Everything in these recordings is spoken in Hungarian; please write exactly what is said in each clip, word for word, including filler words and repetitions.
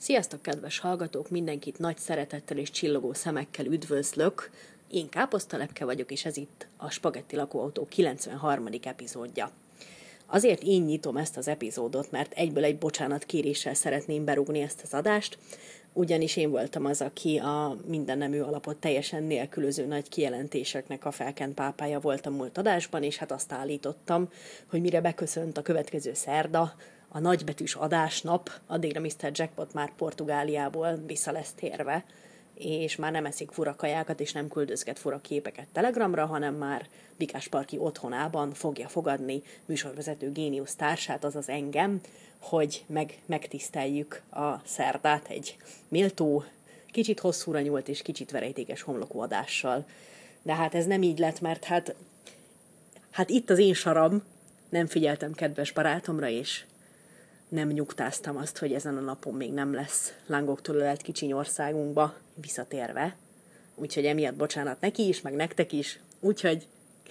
Sziasztok, kedves hallgatók! Mindenkit nagy szeretettel és csillogó szemekkel üdvözlök. Én Káposztalepke vagyok, és ez itt a Spagetti Lakóautó kilencvenharmadik epizódja. Azért én nyitom ezt az epizódot, mert egyből egy bocsánatkéréssel szeretném berúgni ezt az adást, ugyanis én voltam az, aki a mindennemű alapot teljesen nélkülöző nagy kijelentéseknek a felkent pápája volt a múlt adásban, és hát azt állítottam, hogy mire beköszönt a következő szerda, a nagybetűs adásnap, addigra miszter Jackpot már Portugáliából vissza lesz térve, és már nem eszik fura kajákat, és nem küldözget fura képeket Telegramra, hanem már Bikásparki otthonában fogja fogadni műsorvezető géniusz társát, azaz engem, hogy meg, megtiszteljük a szerdát egy méltó, kicsit hosszúra nyúlt és kicsit verejtékes homlokú adással. De hát ez nem így lett, mert hát, hát itt az én saram, nem figyeltem kedves barátomra, és nem nyugtáztam azt, hogy ezen a napon még nem lesz lángoktól ölelt kicsiny országunkba visszatérve. Úgyhogy emiatt bocsánat neki is, meg nektek is. Úgyhogy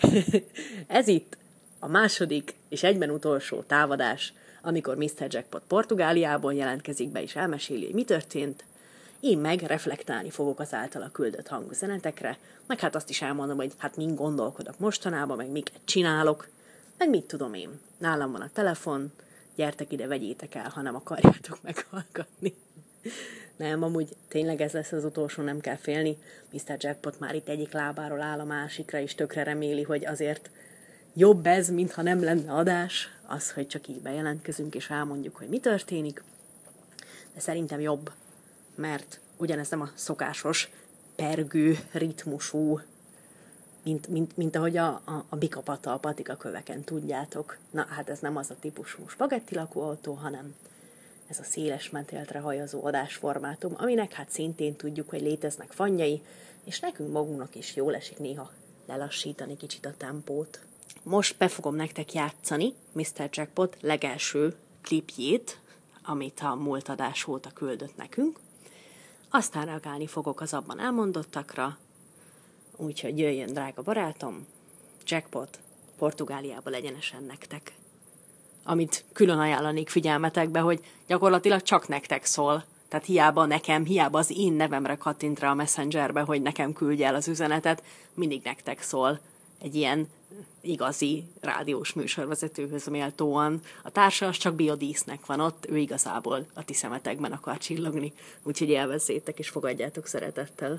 ez itt a második és egyben utolsó távadás, amikor miszter Jackpot Portugáliából jelentkezik be és elmeséli, hogy mi történt. Én meg reflektálni fogok az általa küldött hangüzenetekre, meg hát azt is elmondom, hogy hát mind gondolkodok mostanában, meg miket csinálok, meg mit tudom én. Nálam van a telefon, gyertek ide, vegyétek el, ha nem akarjátok meghallgatni. Nem, amúgy tényleg ez lesz az utolsó, nem kell félni. miszter Jackpot már itt egyik lábáról áll a másikra, és tökre reméli, hogy azért jobb ez, mintha nem lenne adás, az, hogy csak így bejelentkezünk, és elmondjuk, hogy mi történik. De szerintem jobb, mert ugyanez nem a szokásos, pergő, ritmusú, mint, mint, mint ahogy a, a, a bikapata a patikaköveken, tudjátok. Na, hát ez nem az a típusú Spagetti Lakóautó, hanem ez a széles mentéltre hajazó adásformátum, aminek hát szintén tudjuk, hogy léteznek fanjai, és nekünk magunknak is jól esik néha lelassítani kicsit a tempót. Most be fogom nektek játszani miszter Jackpot legelső klipjét, amit a múlt adás óta küldött nekünk. Aztán reagálni fogok az abban elmondottakra, úgyhogy jöjjön, drága barátom, Jackpot Portugáliából egyenesen nektek. Amit külön ajánlanék figyelmetekbe, hogy gyakorlatilag csak nektek szól. Tehát hiába nekem, hiába az én nevemre kattint rá a Messengerbe, hogy nekem küldje el az üzenetet, mindig nektek szól. Egy ilyen igazi rádiós műsorvezetőhöz méltóan. A társa az csak biodísznek van ott, ő igazából a ti szemetekben akar csillogni. Úgyhogy élvezzétek és fogadjátok szeretettel.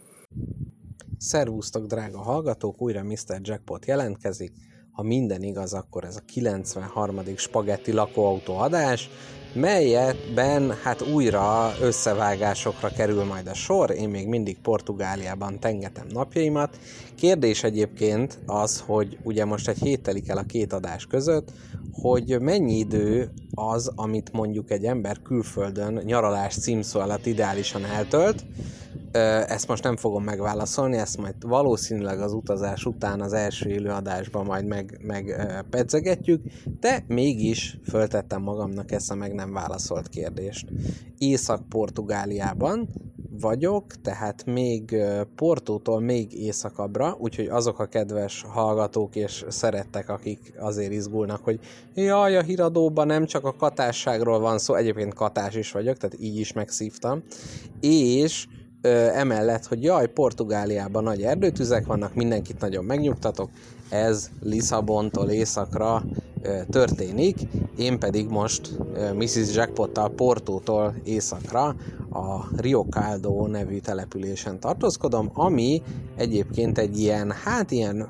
Szervusztok, drága hallgatók, újra miszter Jackpot jelentkezik. Ha minden igaz, akkor ez a kilencvenharmadik Spagetti Lakóautó adás, melyetben hát újra összevágásokra kerül majd a sor. Én még mindig Portugáliában tengetem napjaimat. Kérdés egyébként az, hogy ugye most egy hét telik el a két adás között, hogy mennyi idő az, amit mondjuk egy ember külföldön nyaralás címszó alatt ideálisan eltölt. Ezt most nem fogom megválaszolni, ezt majd valószínűleg az utazás után az első élőadásban majd meg, meg pedzegetjük, de mégis föltettem magamnak ezt a meg nem válaszolt kérdést. Észak-Portugáliában vagyok, tehát még Portótól még északabbra, úgyhogy azok a kedves hallgatók és szerettek, akik azért izgulnak, hogy jaj, a híradóban nem csak a katásságról van szó, egyébként katás is vagyok, tehát így is megszívtam, és emellett, hogy jaj, Portugáliában nagy erdőtüzek vannak, mindenkit nagyon megnyugtatok, ez Lisszabontól északra e, történik, én pedig most e, missziz Jackpottal Portótól északra a Rio Caldo nevű településen tartózkodom, ami egyébként egy ilyen, hát ilyen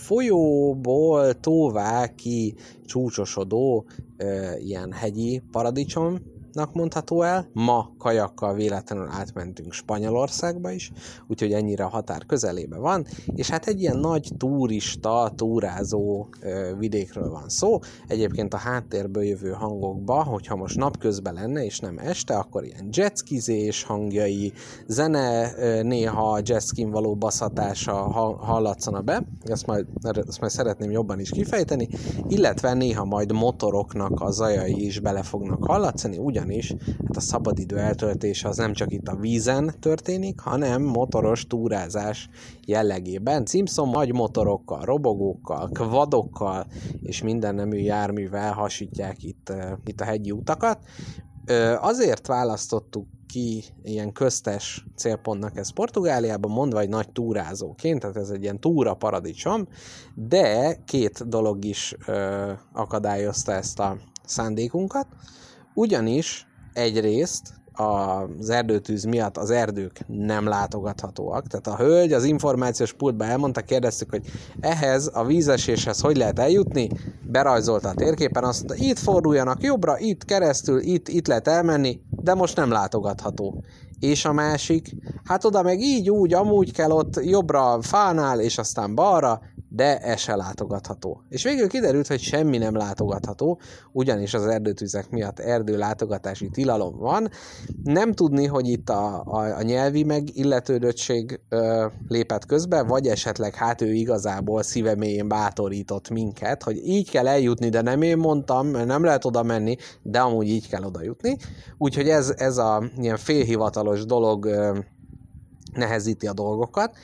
folyóból tóvá ki csúcsosodó e, ilyen hegyi paradicsom, mondható el. Ma kajakkal véletlenül átmentünk Spanyolországba is, úgyhogy ennyire a határ közelébe van, és hát egy ilyen nagy turista, túrázó ö, vidékről van szó. Egyébként a háttérből jövő hangokba, hogyha most napközben lenne és nem este, akkor ilyen jetskizés hangjai, zene, ö, néha jetskin való baszatása hallatszana be, ezt majd, ezt majd szeretném jobban is kifejteni, illetve néha majd motoroknak a zajai is bele fognak hallatszani, ugyan is, hát a szabadidő eltöltése az nem csak itt a vízen történik, hanem motoros túrázás jellegében. Címszom nagy motorokkal, robogókkal, kvadokkal és minden nemű járművel hasítják itt, itt a hegyi utakat. Azért választottuk ki ilyen köztes célpontnak ez Portugáliában, mondva egy nagy túrázóként, tehát ez egy ilyen túra paradicsom, de két dolog is ö, akadályozta ezt a szándékunkat, ugyanis egyrészt az erdőtűz miatt az erdők nem látogathatóak. Tehát a hölgy az információs pultba elmondta, kérdeztük, hogy ehhez a vízeséshez hogy lehet eljutni, berajzolta a térképen, azt mondta, itt forduljanak jobbra, itt keresztül, itt, itt lehet elmenni, de most nem látogatható. És a másik, hát oda meg így, úgy, amúgy kell ott jobbra fánál, és aztán balra, de ez se látogatható. És végül kiderült, hogy semmi nem látogatható, ugyanis az erdőtüzek miatt erdő látogatási tilalom van. Nem tudni, hogy itt a, a, a nyelvi megilletődöttség ö, lépett közbe, vagy esetleg hát ő igazából szíve mélyén bátorított minket, hogy így kell eljutni, de nem én mondtam, nem lehet oda menni, de amúgy így kell oda jutni. Úgyhogy ez, ez a ilyen félhivatalos dolog ö, nehezíti a dolgokat.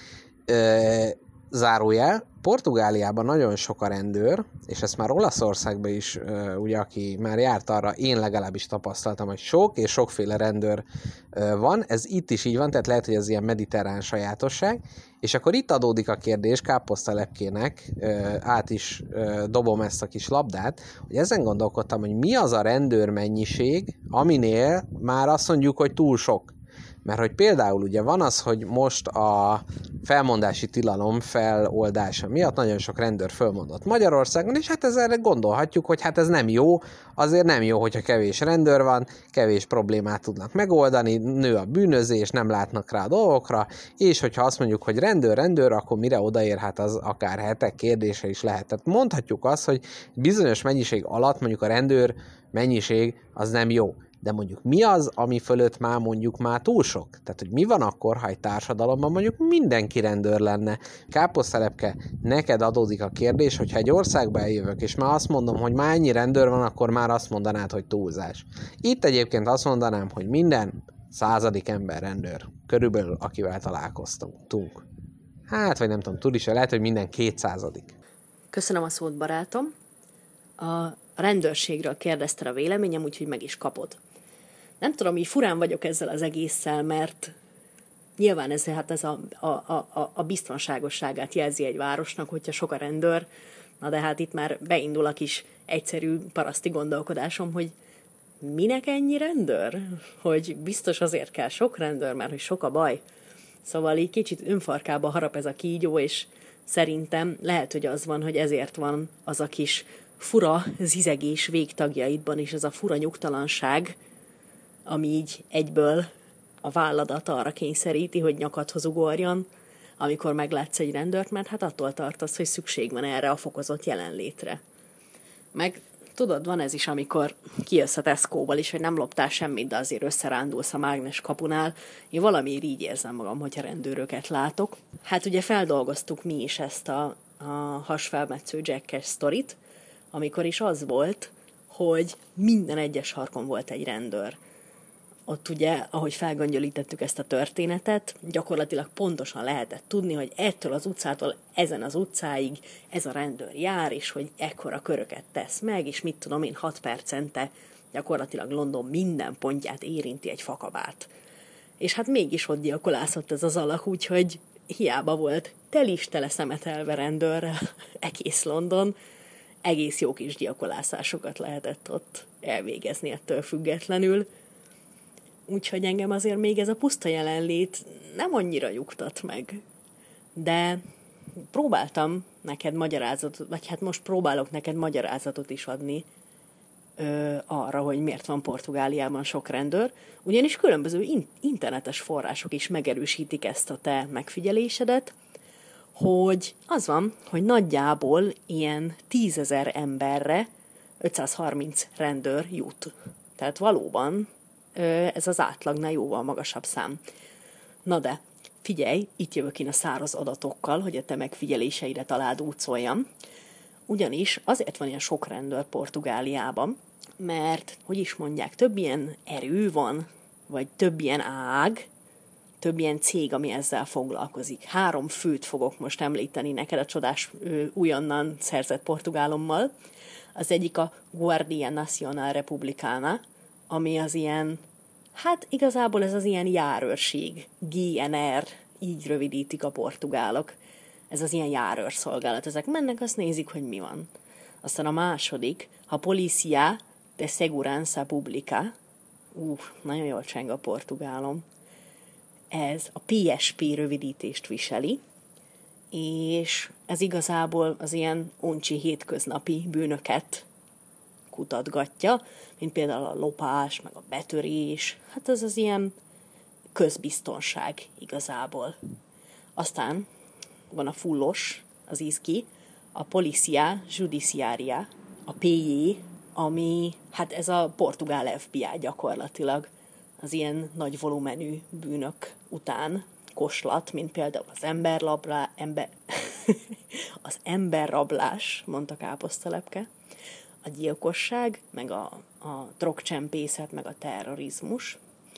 Ö, zárójel, Portugáliában nagyon sok a rendőr, és ezt már Olaszországban is, ugye, aki már járt arra, én legalábbis tapasztaltam, hogy sok és sokféle rendőr van, ez itt is így van, tehát lehet, hogy ez ilyen mediterrán sajátosság, és akkor itt adódik a kérdés, káposztalepkének, át is dobom ezt a kis labdát, hogy ezen gondolkodtam, hogy mi az a rendőr mennyiség, aminél már azt mondjuk, hogy túl sok. Mert hogy például ugye van az, hogy most a felmondási tilalom feloldása miatt nagyon sok rendőr fölmondott Magyarországon, és hát ezzel gondolhatjuk, hogy hát ez nem jó, azért nem jó, hogyha kevés rendőr van, kevés problémát tudnak megoldani, nő a bűnözés, nem látnak rá a dolgokra, és hogyha azt mondjuk, hogy rendőr, rendőr, akkor mire odaér, hát az akár hetek kérdése is lehet. Tehát mondhatjuk azt, hogy bizonyos mennyiség alatt mondjuk a rendőr mennyiség az nem jó. De mondjuk mi az, ami fölött már mondjuk már túl sok? Tehát, hogy mi van akkor, ha egy társadalomban mondjuk mindenki rendőr lenne? Káposztelepke, neked adódik a kérdés, hogyha egy országba eljövök, és már azt mondom, hogy már ennyi rendőr van, akkor már azt mondanád, hogy túlzás. Itt egyébként azt mondanám, hogy minden századik ember rendőr, körülbelül akivel találkoztunk. Hát, vagy nem tudom, tud is, lehet, hogy minden kétszázadik. Köszönöm a szót, barátom. A rendőrségről kérdezted a véleményem, úgyhogy meg is kapod. Nem tudom, így furán vagyok ezzel az egésszel, mert nyilván ez, hát ez a, a, a, a biztonságosságát jelzi egy városnak, hogyha sok a rendőr, na de hát itt már beindul a kis egyszerű paraszti gondolkodásom, hogy minek ennyi rendőr? Hogy biztos azért kell sok rendőr, mert hogy sok a baj. Szóval így kicsit önfarkába harap ez a kígyó, és szerintem lehet, hogy az van, hogy ezért van az a kis fura zizegés végtagjaidban, és ez a fura nyugtalanság, ami így egyből a válladat arra kényszeríti, hogy nyakadhoz ugorjon, amikor meglátsz egy rendőrt, mert hát attól tartasz, hogy szükség van erre a fokozott jelenlétre. Meg tudod, van ez is, amikor kijössz a Tesco-ból is, hogy nem loptál semmit, de azért összerándulsz a mágnes kapunál. Én valamiért így érzem magam, hogyha rendőröket látok. Hát ugye feldolgoztuk mi is ezt a, a hasfelmetsző Jack-es sztorit, amikor is az volt, hogy minden egyes sarkon volt egy rendőr. Ott ugye, ahogy felgöngyölítettük ezt a történetet, gyakorlatilag pontosan lehetett tudni, hogy ettől az utcától ezen az utcáig ez a rendőr jár, és hogy ekkora köröket tesz meg, és mit tudom én, hat percente gyakorlatilag London minden pontját érinti egy fakabát. És hát mégis ott gyilkolászott ez az alak, úgyhogy hiába volt telis tele szemetelve rendőrrel egész London, egész jó kis gyilkolászásokat lehetett ott elvégezni ettől függetlenül. Úgyhogy engem azért még ez a puszta jelenlét nem annyira nyugtat meg. De próbáltam neked magyarázatot, vagy hát most próbálok neked magyarázatot is adni ö, arra, hogy miért van Portugáliában sok rendőr, ugyanis különböző in- internetes források is megerősítik ezt a te megfigyelésedet, hogy az van, hogy nagyjából ilyen tízezer emberre ötszázharminc rendőr jut. Tehát valóban ez az átlagnál jóval magasabb szám. Na de, figyelj, itt jövök én a száraz adatokkal, hogy a te megfigyeléseire találd útszoljam. Ugyanis azért van ilyen sok rendőr Portugáliában, mert, hogy is mondják, több ilyen erő van, vagy több ilyen ág, több ilyen cég, ami ezzel foglalkozik. Három főt fogok most említeni neked a csodás újonnan szerzett portugálommal. Az egyik a Guardia Nacional Republicana, ami az ilyen Hát igazából ez az ilyen járőrség, gé en er, így rövidítik a portugálok. Ez az ilyen járőrszolgálat. Ezek mennek, azt nézik, hogy mi van. Aztán a második, a Polícia de Segurança Pública. Ú, nagyon jól cseng a portugálom. Ez a pé es pé rövidítést viseli, és ez igazából az ilyen uncsi hétköznapi bűnöket kutatgatja, mint például a lopás, meg a betörés. Hát ez az ilyen közbiztonság igazából. Aztán van a fullos, az izgi, a Polícia Judiciária, a pé jé, ami, hát ez a portugál ef bé i gyakorlatilag, az ilyen nagy volumenű bűnök után koslat, mint például az emberrablás, ember, az emberrablás, mondta Káposztalepke, a gyilkosság, meg a, a drogcsempészet, meg a terrorizmus,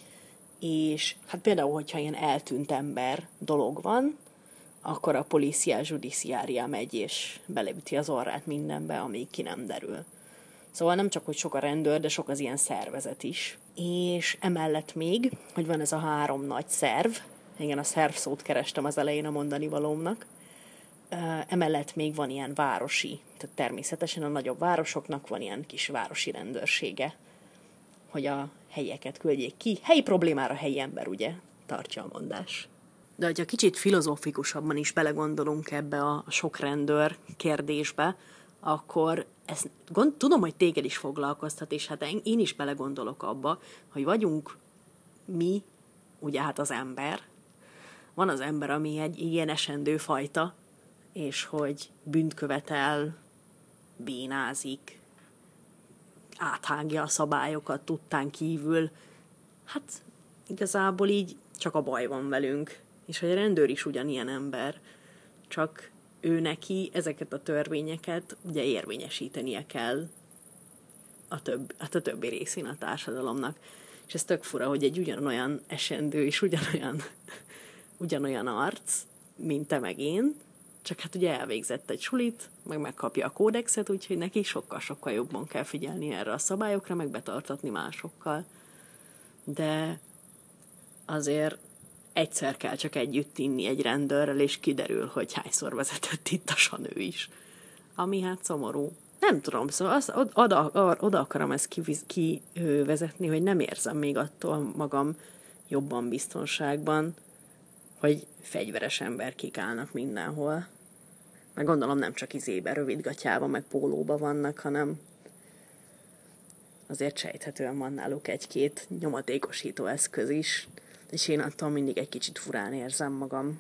és hát például, hogyha ilyen eltűnt ember dolog van, akkor a Polícia Judiciária megy, és beleüti az orrát mindenbe, amíg ki nem derül. Szóval nem csak, hogy sok a rendőr, de sok az ilyen szervezet is. És emellett még, hogy van ez a három nagy szerv, igen, a szerv szót kerestem az elején a mondani valómnak, emellett még van ilyen városi, tehát természetesen a nagyobb városoknak van ilyen kis városi rendőrsége, hogy a helyieket küldjék ki. Helyi problémára helyi ember, ugye? Tartja a mondás. De hogyha kicsit filozófikusabban is belegondolunk ebbe a sok rendőr kérdésbe, akkor ezt, gond, tudom, hogy téged is foglalkoztat, és hát én is belegondolok abba, hogy vagyunk mi, ugye hát az ember, van az ember, ami egy ilyen esendő fajta, és hogy bűnt követel, bénázik, áthágja a szabályokat tudtán kívül, hát igazából így csak a baj van velünk. És hogy a rendőr is ugyanilyen ember, csak ő neki ezeket a törvényeket ugye érvényesítenie kell a, több, hát a többi részén a társadalomnak. És ez tök fura, hogy egy ugyanolyan esendő és ugyanolyan, ugyanolyan arc, mint te meg én, csak hát ugye elvégzett egy sulit, meg megkapja a kódexet, úgyhogy neki sokkal-sokkal jobban kell figyelni erre a szabályokra, meg betartatni másokkal. De azért egyszer kell csak együtt inni egy rendőrrel, és kiderül, hogy hányszor vezetett ittasan ő is. Ami hát szomorú. Nem tudom, szóval azt, oda, oda akarom ezt kivezetni, hogy nem érzem még attól magam jobban biztonságban, hogy fegyveres emberkék állnak mindenhol. Meg gondolom nem csak izébe, rövidgatjában, meg pólóba vannak, hanem azért sejthetően van náluk egy-két nyomatékosító eszköz is, és én attól mindig egy kicsit furán érzem magam.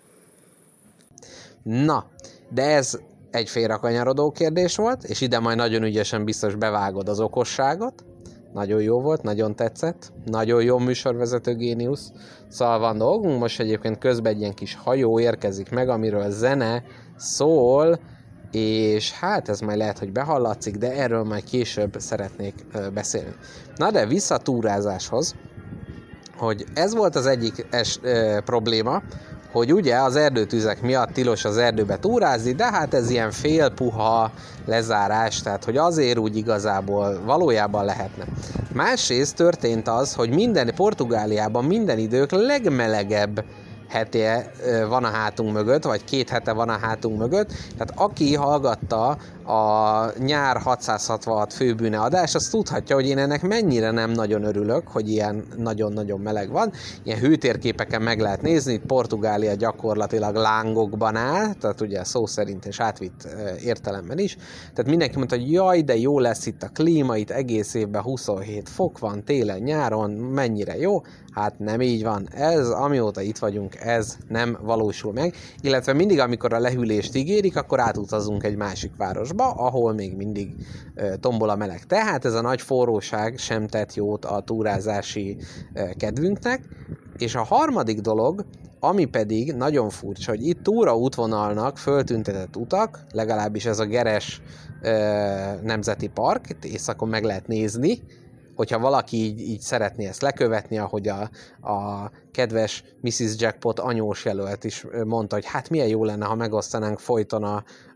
Na, de ez egy félrekanyarodó kérdés volt, és ide majd nagyon ügyesen biztos bevágod az okosságot. Nagyon jó volt, nagyon tetszett. Nagyon jó műsorvezető géniusz. Szóval van dolgunk, most egyébként közben egy ilyen kis hajó érkezik meg, amiről zene szól, és hát ez majd lehet, hogy behallatszik, de erről majd később szeretnék beszélni. Na de vissza a túrázáshoz, hogy ez volt az egyik es, e, probléma, hogy ugye az erdőtüzek miatt tilos az erdőbe túrázni, de hát ez ilyen félpuha lezárás, tehát hogy azért úgy igazából valójában lehetne. Másrészt történt az, hogy minden Portugáliában minden idők legmelegebb hete van a hátunk mögött, vagy két hete van a hátunk mögött, tehát aki hallgatta a nyár hatszázhatvanhat főbűne adást, az tudhatja, hogy én ennek mennyire nem nagyon örülök, hogy ilyen nagyon-nagyon meleg van. Ilyen hőtérképeken meg lehet nézni, itt Portugália gyakorlatilag lángokban áll, tehát ugye szó szerint és átvitt értelemben is. Tehát mindenki mondta, hogy jaj, de jó lesz itt a klíma, itt egész évben huszonhét fok van, télen, nyáron, mennyire jó. Hát nem így van. Ez, amióta itt vagyunk, ez nem valósul meg. Illetve mindig, amikor a lehűlést ígérik, akkor átutazunk egy másik városba, ahol még mindig e, tombol a meleg. Tehát ez a nagy forróság sem tett jót a túrázási e, kedvünknek. És a harmadik dolog, ami pedig nagyon furcsa, hogy itt túraútvonalnak föltüntetett utak, legalábbis ez a Geres e, Nemzeti Park, itt északon meg lehet nézni, hogyha valaki így, így szeretné ezt lekövetni, ahogy a, a kedves missziz Jackpot anyós jelölt is mondta, hogy hát milyen jó lenne, ha megosztanánk folyton a,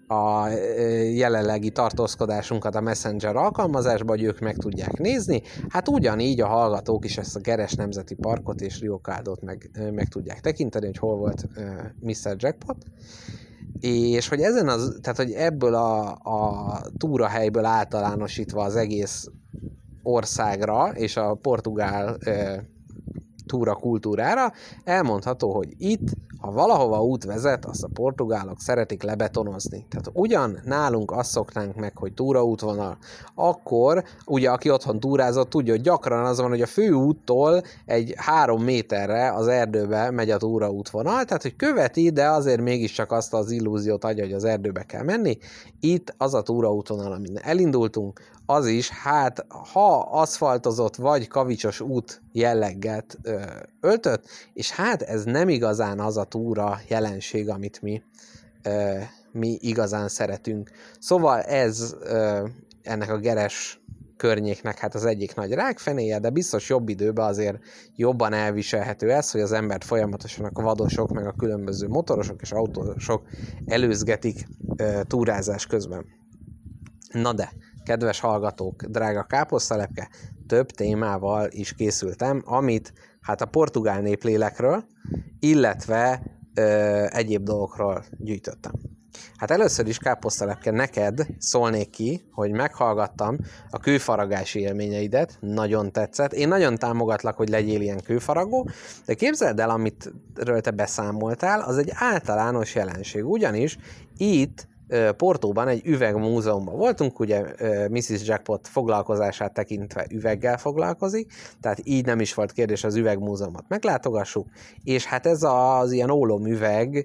a jelenlegi tartózkodásunkat a Messenger alkalmazásba, hogy ők meg tudják nézni. Hát ugyanígy a hallgatók is ezt a Geres Nemzeti Parkot és Rio Caldót meg, meg tudják tekinteni, hogy hol volt miszter Jackpot. És hogy ezen az, tehát hogy ebből a, a túrahelyből általánosítva az egész országra és a portugál e, túra kultúrára elmondható, hogy itt, ha valahova út vezet, azt a portugálok szeretik lebetonozni. Tehát ugyan nálunk azt szoknánk meg, hogy túraútvonal, akkor ugye aki otthon túrázott, tudja, hogy gyakran az van, hogy a főúttól egy három méterre az erdőbe megy a túraútvonal, tehát hogy követi, de azért mégiscsak azt az illúziót adja, hogy az erdőbe kell menni. Itt az a túraútvonal, amin elindultunk, az is, hát ha aszfaltozott vagy kavicsos út jelleget ö, öltött, és hát ez nem igazán az a túra jelenség, amit mi, ö, mi igazán szeretünk. Szóval ez ö, ennek a Geres környéknek hát az egyik nagy rákfenéje, de biztos jobb időben azért jobban elviselhető ez, hogy az embert folyamatosan a vadosok, meg a különböző motorosok és autósok előzgetik ö, túrázás közben. Na de, kedves hallgatók, drága káposztalepke, több témával is készültem, amit hát a portugál néplélekről, illetve ö, egyéb dolgokról gyűjtöttem. Hát először is káposztalepke, neked szólnék ki, hogy meghallgattam a kőfaragási élményeidet, nagyon tetszett. Én nagyon támogatlak, hogy legyél ilyen kőfaragó, de képzeld el, amitről te beszámoltál, az egy általános jelenség. Ugyanis itt Portóban egy üvegmúzeumban voltunk, ugye missziz Jackpot foglalkozását tekintve üveggel foglalkozik, tehát így nem is volt kérdés, az üvegmúzeumot meglátogassuk, és hát ez az ilyen ólomüveg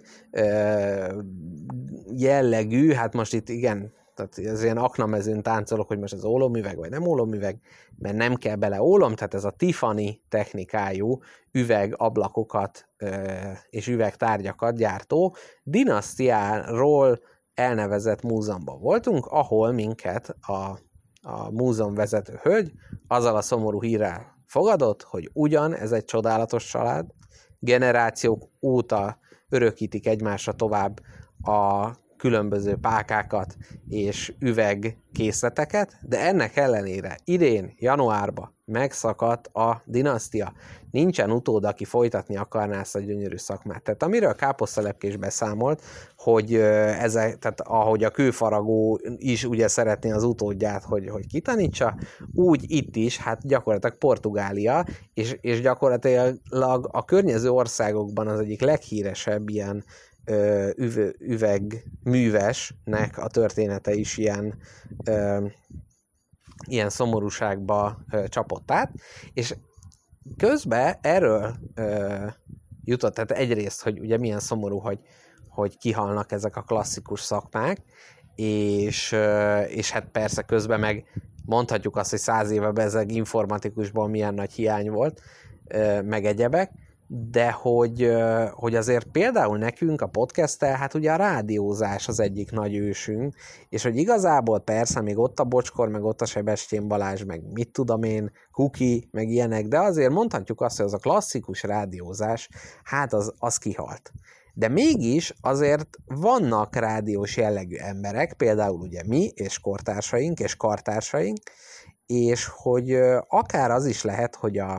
jellegű, hát most itt igen, tehát ez ilyen aknamezőn táncolok, hogy most ez ólomüveg vagy nem ólomüveg, mert nem kell bele ólom, tehát ez a Tiffany technikájú üvegablakokat és üvegtárgyakat gyártó dinasztiáról elnevezett múzeumban voltunk, ahol minket a, a múzeum vezető hölgy azzal a szomorú hírrel fogadott, hogy ugyan ez egy csodálatos család, generációk óta örökítik egymásra tovább a különböző pákákat és üvegkészleteket, de ennek ellenére idén, januárban megszakadt a dinasztia. Nincsen utód, aki folytatni akarná ezt a gyönyörű szakmát. Tehát amiről káposztalepke is beszámolt, hogy ezek, tehát ahogy a kőfaragó is ugye szeretné az utódját, hogy, hogy kitanítsa, úgy itt is, hát gyakorlatilag Portugália, és, és gyakorlatilag a környező országokban az egyik leghíresebb ilyen Üve, üvegművesnek a története is ilyen, ö, ilyen szomorúságba ö, csapott át, és közben erről ö, jutott, tehát egyrészt, hogy ugye milyen szomorú, hogy, hogy kihalnak ezek a klasszikus szakmák, és, ö, és hát persze közben meg mondhatjuk azt, hogy száz éve bezeg informatikusban milyen nagy hiány volt, ö, meg egyebek, de hogy, hogy azért például nekünk a podcasttel, hát ugye a rádiózás az egyik nagy ősünk, és hogy igazából persze még ott a Bocskor, meg ott a Sebestyén Balázs, meg mit tudom én, Kuki, meg ilyenek, de azért mondhatjuk azt, hogy az a klasszikus rádiózás, hát az, az kihalt. De mégis azért vannak rádiós jellegű emberek, például ugye mi, és kortársaink, és kartársaink, és hogy akár az is lehet, hogy a,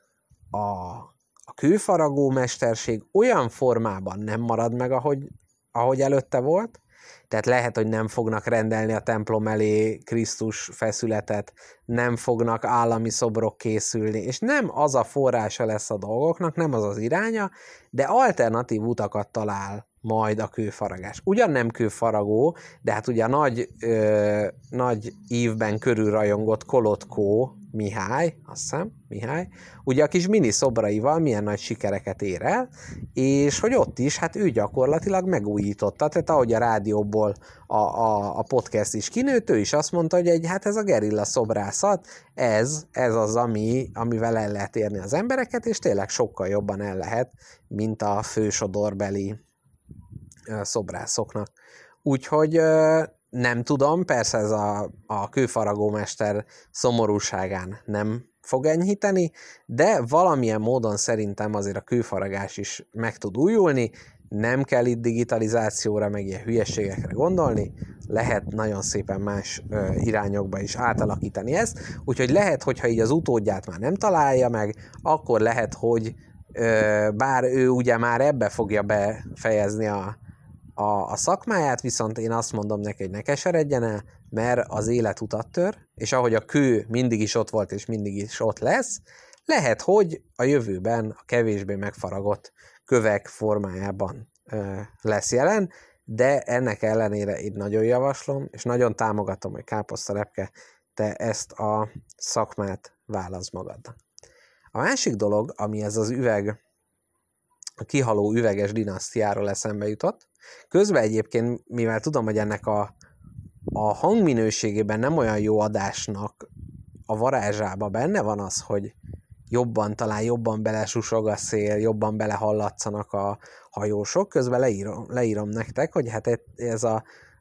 a a kőfaragó mesterség olyan formában nem marad meg, ahogy, ahogy előtte volt, tehát lehet, hogy nem fognak rendelni a templom elé Krisztus feszületet, nem fognak állami szobrok készülni, és nem az a forrása lesz a dolgoknak, nem az az iránya, de alternatív utakat talál majd a kőfaragás. Ugyan nem kőfaragó, de hát ugye a nagy, ö, nagy ívben körülrajongott Kolotkó Mihály, azt hiszem, Mihály, ugye a kis mini szobraival milyen nagy sikereket ér el, és hogy ott is, hát ő gyakorlatilag megújította, tehát ahogy a rádióból a, a, a podcast is kinőtt, ő is azt mondta, hogy egy, hát ez a gerilla szobrászat, ez, ez az, ami, amivel el lehet érni az embereket, és tényleg sokkal jobban el lehet, mint a fősodorbeli szobrászoknak. Úgyhogy nem tudom, persze ez a, a kőfaragómester szomorúságán nem fog enyhíteni, de valamilyen módon szerintem azért a kőfaragás is meg tud újulni, nem kell itt digitalizációra, meg ilyen hülyeségekre gondolni, lehet nagyon szépen más ö, irányokba is átalakítani ezt, úgyhogy lehet, hogyha így az utódját már nem találja meg, akkor lehet, hogy ö, bár ő ugye már ebbe fogja befejezni a, a, a szakmáját, viszont én azt mondom neki, hogy ne keseredjen el, mert az élet utat tör, és ahogy a kő mindig is ott volt, és mindig is ott lesz, lehet, hogy a jövőben a kevésbé megfaragott kövek formájában ö, lesz jelen, de ennek ellenére én nagyon javaslom, és nagyon támogatom, hogy káposztalepke, te ezt a szakmát válaszd magadnak. A másik dolog, ami ez az üveg, a kihaló üveges dinasztiáról eszembe jutott, közben egyébként, mivel tudom, hogy ennek a, a hangminőségében nem olyan jó adásnak a varázsába benne van az, hogy jobban, talán jobban belesusog a szél, jobban belehallatszanak a hajósok, közben leírom, leírom nektek, hogy hát ez a,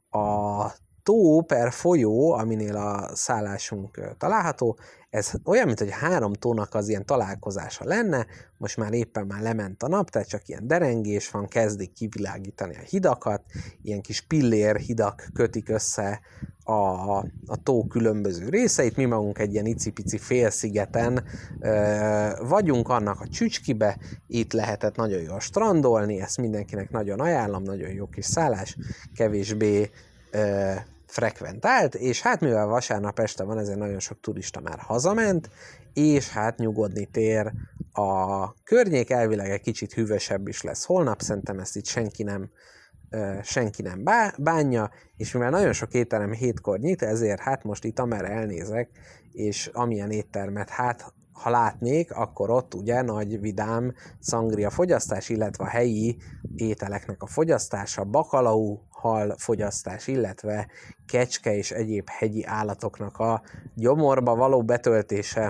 a tó per folyó, aminél a szállásunk található, ez olyan, mint hogy három tónak az ilyen találkozása lenne, most már éppen már lement a nap, tehát csak ilyen derengés van, kezdik kivilágítani a hidakat, ilyen kis pillér hidak kötik össze a, a tó különböző részeit, mi magunk egy ilyen icipici félszigeten ö, vagyunk, annak a csücskibe, itt lehetett nagyon jól strandolni, ezt mindenkinek nagyon ajánlom, nagyon jó kis szállás, kevésbé ö, frekventált, és hát mivel vasárnap este van, ezért nagyon sok turista már hazament, és hát nyugodni tér a környék, elvileg egy kicsit hűvösebb is lesz holnap, szerintem ezt itt senki nem, uh, senki nem bánja, és mivel nagyon sok étterem hétkor nyit, ezért hát most itt amerre elnézek, és amilyen éttermet hát ha látnék, akkor ott ugye nagy vidám szangria fogyasztás, illetve a helyi ételeknek a fogyasztása, bakalau, hal fogyasztás, illetve kecske és egyéb hegyi állatoknak a gyomorba való betöltése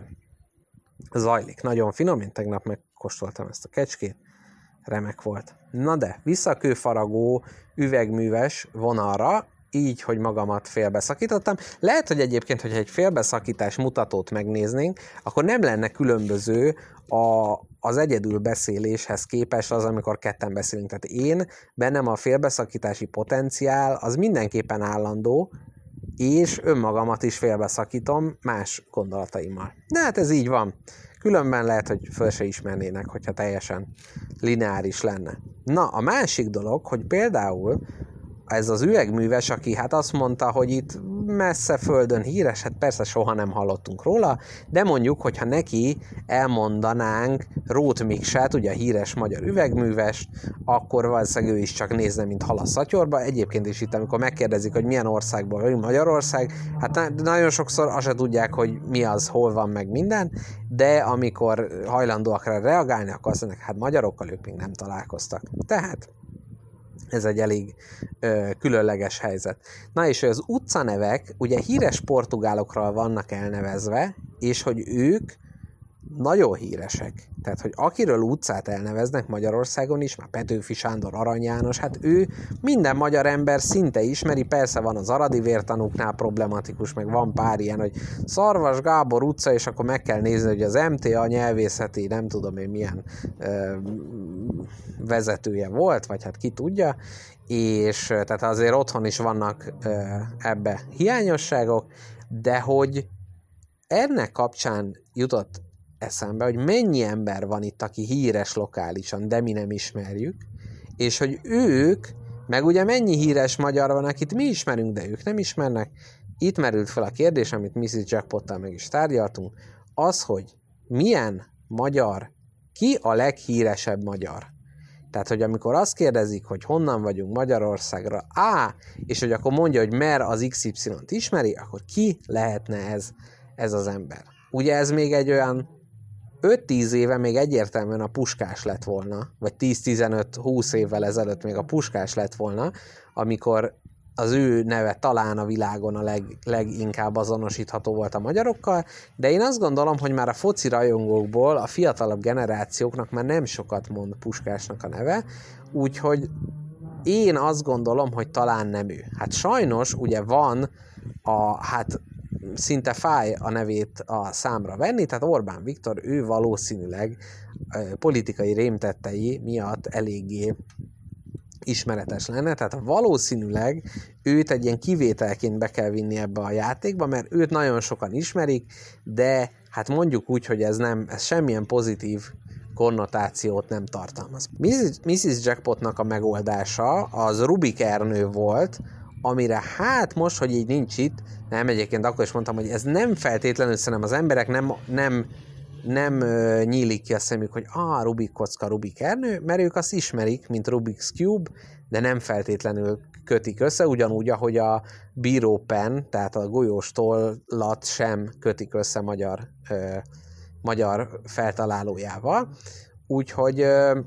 zajlik. Nagyon finom, én tegnap megkóstoltam ezt a kecskét, remek volt. Na de, vissza a kőfaragó üvegműves vonalra, így, hogy magamat félbeszakítottam. Lehet, hogy egyébként, hogyha egy félbeszakítás mutatót megnéznénk, akkor nem lenne különböző a, az egyedül beszéléshez képest az, amikor ketten beszélünk. Tehát én, bennem a félbeszakítási potenciál az mindenképpen állandó, és önmagamat is félbeszakítom más gondolataimmal. De hát ez így van. Különben lehet, hogy föl se ismernének, hogyha teljesen lineáris lenne. Na, a másik dolog, hogy például ez az üvegműves, aki hát azt mondta, hogy itt messze földön híres, hát persze soha nem hallottunk róla, de mondjuk, hogyha neki elmondanánk Róth Miksát, ugye a híres magyar üvegművest, akkor valószínűleg ő is csak nézne, mint hal a szatyorba. Egyébként is itt, amikor megkérdezik, hogy milyen országból vagy Magyarország, hát nagyon sokszor azt se tudják, hogy mi az, hol van, meg minden, de amikor hajlandóak rá reagálni, akkor azt mondják, hát magyarokkal ők még nem találkoztak. Tehát ez egy elég ö, különleges helyzet. Na és az utcanevek ugye híres portugálokról vannak elnevezve, és hogy ők nagyon híresek. Tehát, hogy akiről utcát elneveznek Magyarországon is, már Petőfi Sándor, Arany János, hát ő minden magyar ember szinte ismeri, persze van az aradi vértanúknál problematikus, meg van pár ilyen, hogy Szarvas Gábor utca, és akkor meg kell nézni, hogy az em té á nyelvészeti, nem tudom én milyen ö, vezetője volt, vagy hát ki tudja, és tehát azért otthon is vannak ö, ebbe hiányosságok, de hogy ennek kapcsán jutott eszembe, hogy mennyi ember van itt, aki híres lokálisan, de mi nem ismerjük, és hogy ők, meg ugye mennyi híres magyar van, akit mi ismerünk, de ők nem ismernek. Itt merült fel a kérdés, amit missziz Jackpottal meg is tárgyaltunk, az, hogy milyen magyar, ki a leghíresebb magyar. Tehát, hogy amikor azt kérdezik, hogy honnan vagyunk Magyarországra, á, és hogy akkor mondja, hogy mer az iksz ipszilont ismeri, akkor ki lehetne ez, ez az ember. Ugye ez még egy olyan öt-tíz éve még egyértelműen a Puskás lett volna, vagy tíz-tizenöt-húsz évvel ezelőtt még a Puskás lett volna, amikor az ő neve talán a világon a leg, leginkább azonosítható volt a magyarokkal, de én azt gondolom, hogy már a foci rajongókból a fiatalabb generációknak már nem sokat mond Puskásnak a neve, úgyhogy én azt gondolom, hogy talán nem ő. Hát sajnos ugye van a, hát szinte fáj a nevét a számra venni, tehát Orbán Viktor, ő valószínűleg politikai rémtettei miatt eléggé ismeretes lenne, tehát valószínűleg őt egy ilyen kivételként be kell vinni ebbe a játékba, mert őt nagyon sokan ismerik, de hát mondjuk úgy, hogy ez nem, ez semmilyen pozitív konnotációt nem tartalmaz. missziz Jackpotnak a megoldása az Rubik Ernő volt, amire hát most, hogy így nincs itt, nem, egyébként akkor is mondtam, hogy ez nem feltétlenül, szerintem az emberek nem, nem, nem uh, nyílik ki a szemük, hogy ah, Rubik kocka, Rubik Ernő, mert ők azt ismerik, mint Rubik's Cube, de nem feltétlenül kötik össze, ugyanúgy, ahogy a bírópen, tehát a golyós tollat sem kötik össze magyar, uh, magyar feltalálójával. Úgyhogy uh,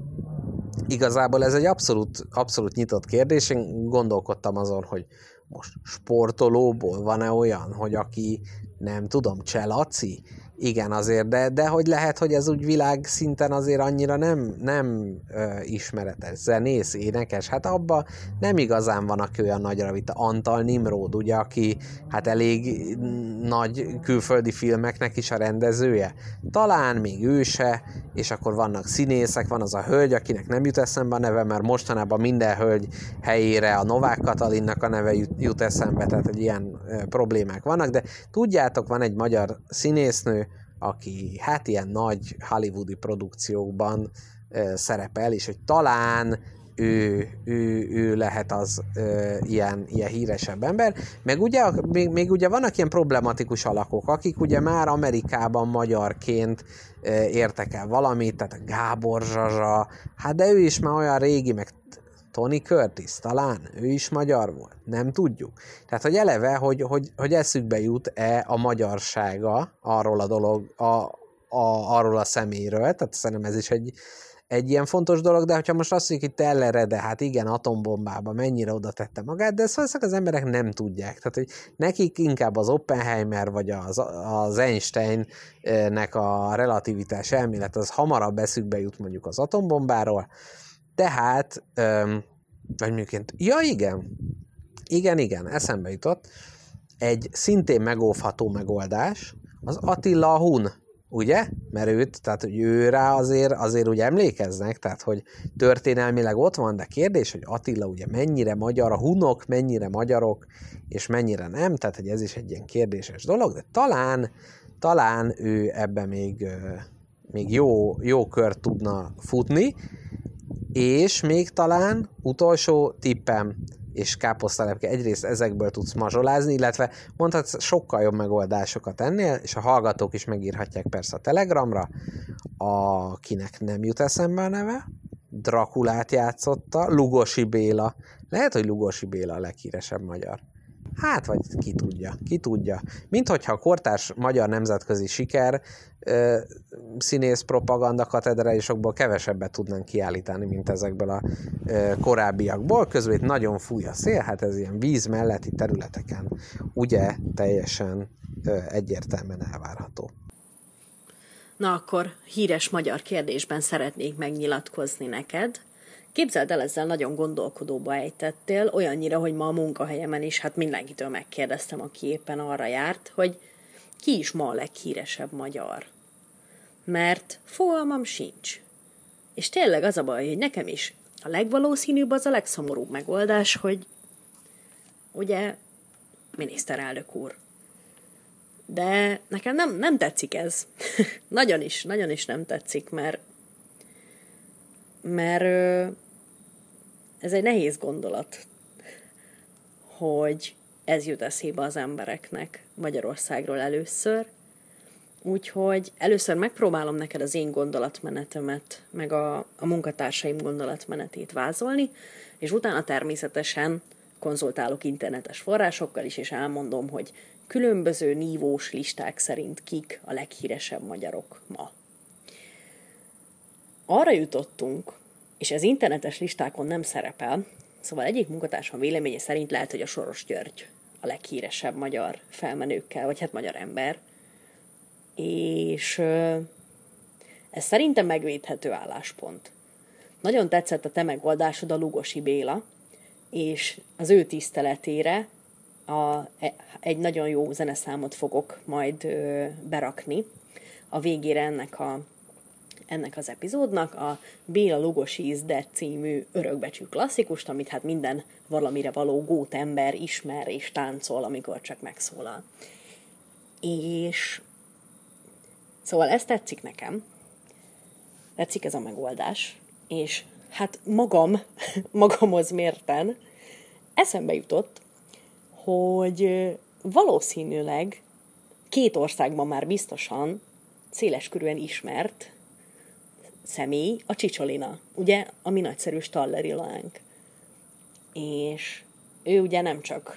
igazából ez egy abszolút, abszolút nyitott kérdés. Én gondolkodtam azon, hogy most sportolóból van-e olyan, hogy aki, nem tudom, Cselaci? Igen, azért, de, de hogy lehet, hogy ez úgy világszinten azért annyira nem, nem ö, ismeretes. Zenész, énekes, hát abban nem igazán van, aki olyan nagyra vitte. Antal Nimród, ugye, aki hát elég nagy külföldi filmeknek is a rendezője. Talán még ő se, és akkor vannak színészek, van az a hölgy, akinek nem jut eszembe a neve, mert mostanában minden hölgy helyére a Novák Katalinnak a neve jut, jut eszembe, tehát hogy ilyen ö, problémák vannak, de tudjátok, van egy magyar színésznő, aki hát ilyen nagy hollywoodi produkciókban ö, szerepel, és hogy talán ő, ő, ő lehet az ö, ilyen, ilyen híresebb ember. Meg ugye, még, még ugye vannak ilyen problematikus alakok, akik ugye már Amerikában magyarként ö, értek el valamit, tehát a Gábor Zsazsa, hát de ő is már olyan régi, meg Tony Curtis, talán ő is magyar volt, nem tudjuk. Tehát, hogy eleve, hogy, hogy, hogy eszükbe jut-e a magyarsága arról a dolog, a, a, arról a személyről, tehát szerintem ez is egy, egy ilyen fontos dolog, de hogyha most azt mondjuk, hogy Teller, de hát igen, atombombába mennyire oda tette magát, de szóval ezek az emberek nem tudják. Tehát, hogy nekik inkább az Oppenheimer vagy az, az Einsteinnek a relativitás elmélet az hamarabb eszükbe jut mondjuk az atombombáról. Tehát, öm, vagy mondjuk, ja igen, igen, igen, eszembe jutott, egy szintén megóvható megoldás, az Attila Hun, ugye? Mert őt, tehát hogy ő rá azért, azért ugye emlékeznek, tehát hogy történelmileg ott van, de kérdés, hogy Attila ugye mennyire magyar, a hunok mennyire magyarok, és mennyire nem, tehát hogy ez is egy ilyen kérdéses dolog, de talán, talán ő ebbe még, még jó, jó kört tudna futni, és még talán utolsó tippem és káposztalepke, egyrészt ezekből tudsz mazsolázni, illetve mondhatsz sokkal jobb megoldásokat ennél, és a hallgatók is megírhatják persze a Telegramra, akinek nem jut eszembe a neve, Drakulát játszotta, Lugosi Béla. Lehet, hogy Lugosi Béla a leghíresebb magyar. Hát, vagy ki tudja, ki tudja. Mint hogyha a kortárs magyar nemzetközi siker ö, színész propaganda katedrálisokból kevesebbet tudnánk kiállítani, mint ezekből a ö, korábbiakból. Közben itt nagyon fúj a szél, hát ez ilyen víz melletti területeken ugye teljesen ö, egyértelműen elvárható. Na akkor híres magyar kérdésben szeretnék megnyilatkozni neked. Képzeld el, ezzel nagyon gondolkodóba ejtettél, olyannyira, hogy ma a munkahelyemen is hát mindenkitől megkérdeztem, aki éppen arra járt, hogy ki is ma a leghíresebb magyar. Mert fogalmam sincs. És tényleg az a baj, hogy nekem is a legvalószínűbb az a legszomorúbb megoldás, hogy ugye miniszterelnök úr. De nekem nem, nem tetszik ez. nagyon is, nagyon is nem tetszik, mert mert ez egy nehéz gondolat, hogy ez jut eszébe az embereknek Magyarországról először. Úgyhogy először megpróbálom neked az én gondolatmenetemet, meg a, a munkatársaim gondolatmenetét vázolni, és utána természetesen konzultálok internetes forrásokkal is, és elmondom, hogy különböző nívós listák szerint kik a leghíresebb magyarok ma. Arra jutottunk, és ez internetes listákon nem szerepel, szóval egyik munkatársam véleménye szerint lehet, hogy a Soros György a leghíresebb magyar felmenőkkel, vagy hát magyar ember. És ez szerintem megvédhető álláspont. Nagyon tetszett a te megoldásod, a Lugosi Béla, és az ő tiszteletére a, egy nagyon jó zeneszámot fogok majd berakni a végére ennek a ennek az epizódnak a Béla Lugosi is Dead című örökbecsű klasszikust, amit hát minden valamire való gót ember ismer és táncol, amikor csak megszólal. És szóval ez tetszik nekem, tetszik ez a megoldás, és hát magam, magamhoz mérten eszembe jutott, hogy valószínűleg két országban már biztosan széleskörűen ismert személy a Csicsolina, ugye a mi nagyszerű Staller Ilonánk. És ő ugye nem csak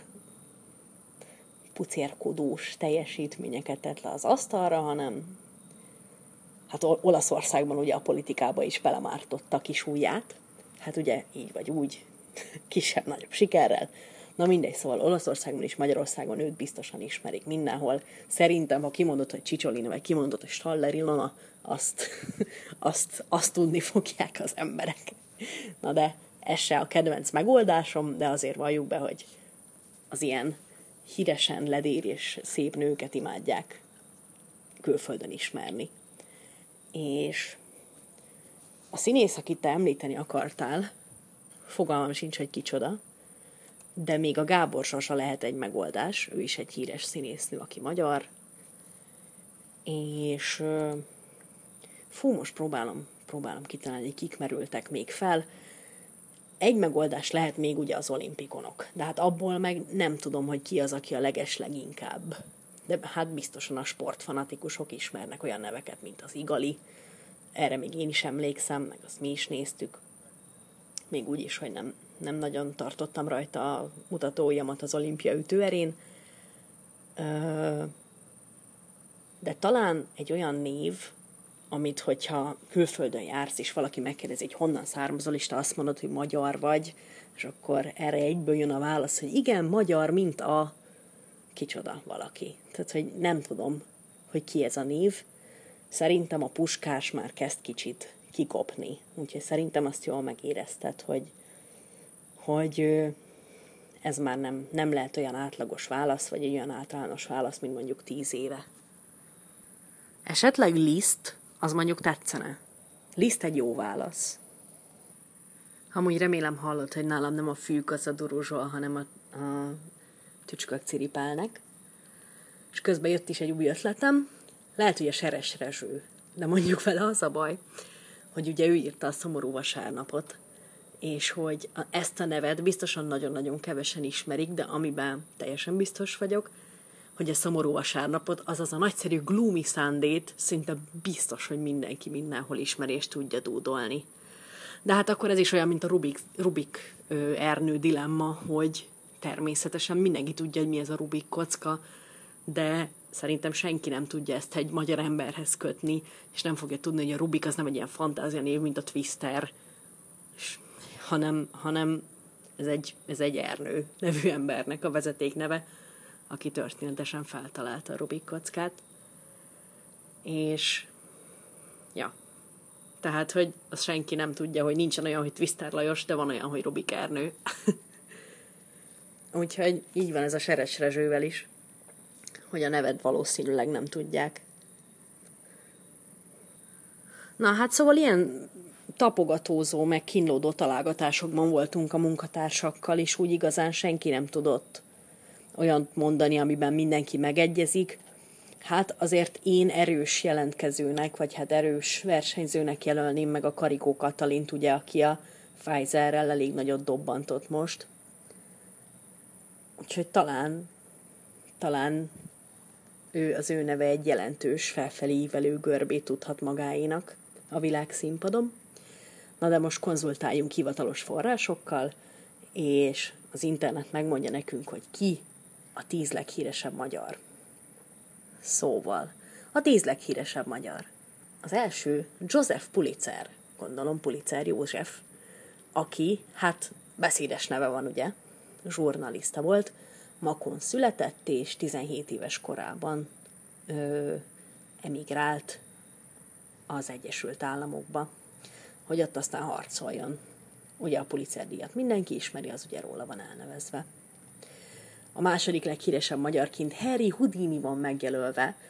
pucérkodós teljesítményeket tett le az asztalra, hanem hát Olaszországban ugye a politikába is belemártotta kis ujját. Hát ugye így vagy úgy, kisebb-nagyobb sikerrel. Na mindegy, szóval Olaszországban és Magyarországon őt biztosan ismerik mindenhol. Szerintem, ha kimondod, hogy Csicsolina, vagy kimondod, hogy Staller Ilona, azt, azt, azt tudni fogják az emberek. Na de ez se a kedvenc megoldásom, de azért valljuk be, hogy az ilyen híresen ledér és szép nőket imádják külföldön ismerni. És a színész, akit te említeni akartál, fogalmam sincs, hogy kicsoda, de még a Gábor Sasa lehet egy megoldás, ő is egy híres színésznő, aki magyar, és fú, most próbálom, próbálom kitalálni, hogy kik merültek még fel. Egy megoldás lehet még ugye az olimpikonok, de hát abból meg nem tudom, hogy ki az, aki a leges leginkább. De hát biztosan a sportfanatikusok ismernek olyan neveket, mint az Igali, erre még én is emlékszem, meg azt mi is néztük. Még úgy is, hogy nem, nem nagyon tartottam rajta a mutatóimat az olimpia ütőerén. De talán egy olyan név, amit hogyha külföldön jársz, és valaki megkérdezi, hogy honnan származol, és te azt mondod, hogy magyar vagy, és akkor erre egyből jön a válasz, hogy igen, magyar, mint a kicsoda valaki. Tehát, hogy nem tudom, hogy ki ez a név. Szerintem a Puskás már kezd kicsit kikopni. Úgyhogy szerintem azt jól megérezted, hogy, hogy ez már nem, nem lehet olyan átlagos válasz, vagy egy olyan általános válasz, mint mondjuk tíz éve. Esetleg Liszt, az mondjuk tetszene. Liszt egy jó válasz. Amúgy remélem hallod, hogy nálam nem a fűk az a duruzsol, hanem a, a tücskök ciripálnek. És közben jött is egy új ötletem. Lehet, hogy a Seres Rezső, de mondjuk vele az a baj, hogy ugye ő írta a Szomorú vasárnapot, és hogy ezt a nevet biztosan nagyon-nagyon kevesen ismerik, de amiben teljesen biztos vagyok, hogy a Szomorú vasárnapot, azaz a nagyszerű Gloomy Sunday-t szinte biztos, hogy mindenki mindenhol ismeri és tudja dúdolni. De hát akkor ez is olyan, mint a Rubik, Rubik ö, Ernő dilemma, hogy természetesen mindenki tudja, hogy mi ez a Rubik kocka, de szerintem senki nem tudja ezt egy magyar emberhez kötni, és nem fogja tudni, hogy a Rubik az nem egy ilyen fantázia név, mint a Twister, és, hanem, hanem ez egy, ez egy Ernő nevű embernek a vezetékneve, aki történetesen feltalálta a Rubik kockát. És ja, tehát, hogy azt senki nem tudja, hogy nincsen olyan, hogy Twister Lajos, de van olyan, hogy Rubik Ernő. Úgyhogy így van ez a Seres Rezsővel is, hogy a neved valószínűleg nem tudják. Na hát szóval ilyen tapogatózó, meg kínlódó találgatásokban voltunk a munkatársakkal, és úgy igazán senki nem tudott olyan mondani, amiben mindenki megegyezik. Hát azért én erős jelentkezőnek, vagy hát erős versenyzőnek jelölném meg a Karikó Katalint, ugye, aki a Pfizerrel elég nagyot dobbantott most. Úgyhogy talán, talán ő, az ő neve egy jelentős felfelé ívelő görbét tudhat magáénak a világszínpadon. Na de most konzultáljunk hivatalos forrásokkal, és az internet megmondja nekünk, hogy ki a tíz leghíresebb magyar. Szóval, a tíz leghíresebb magyar. Az első József Pulitzer, gondolom Pulitzer József, aki, hát beszédes neve van, ugye, zsurnalista volt, Makón született, és tizenhét éves korában ö, emigrált az Egyesült Államokba, hogy ott aztán harcoljon. Ugye a Pulitzer-díjat mindenki ismeri, az ugye róla van elnevezve. A második leghíresebb magyarként Harry Houdini van megjelölve,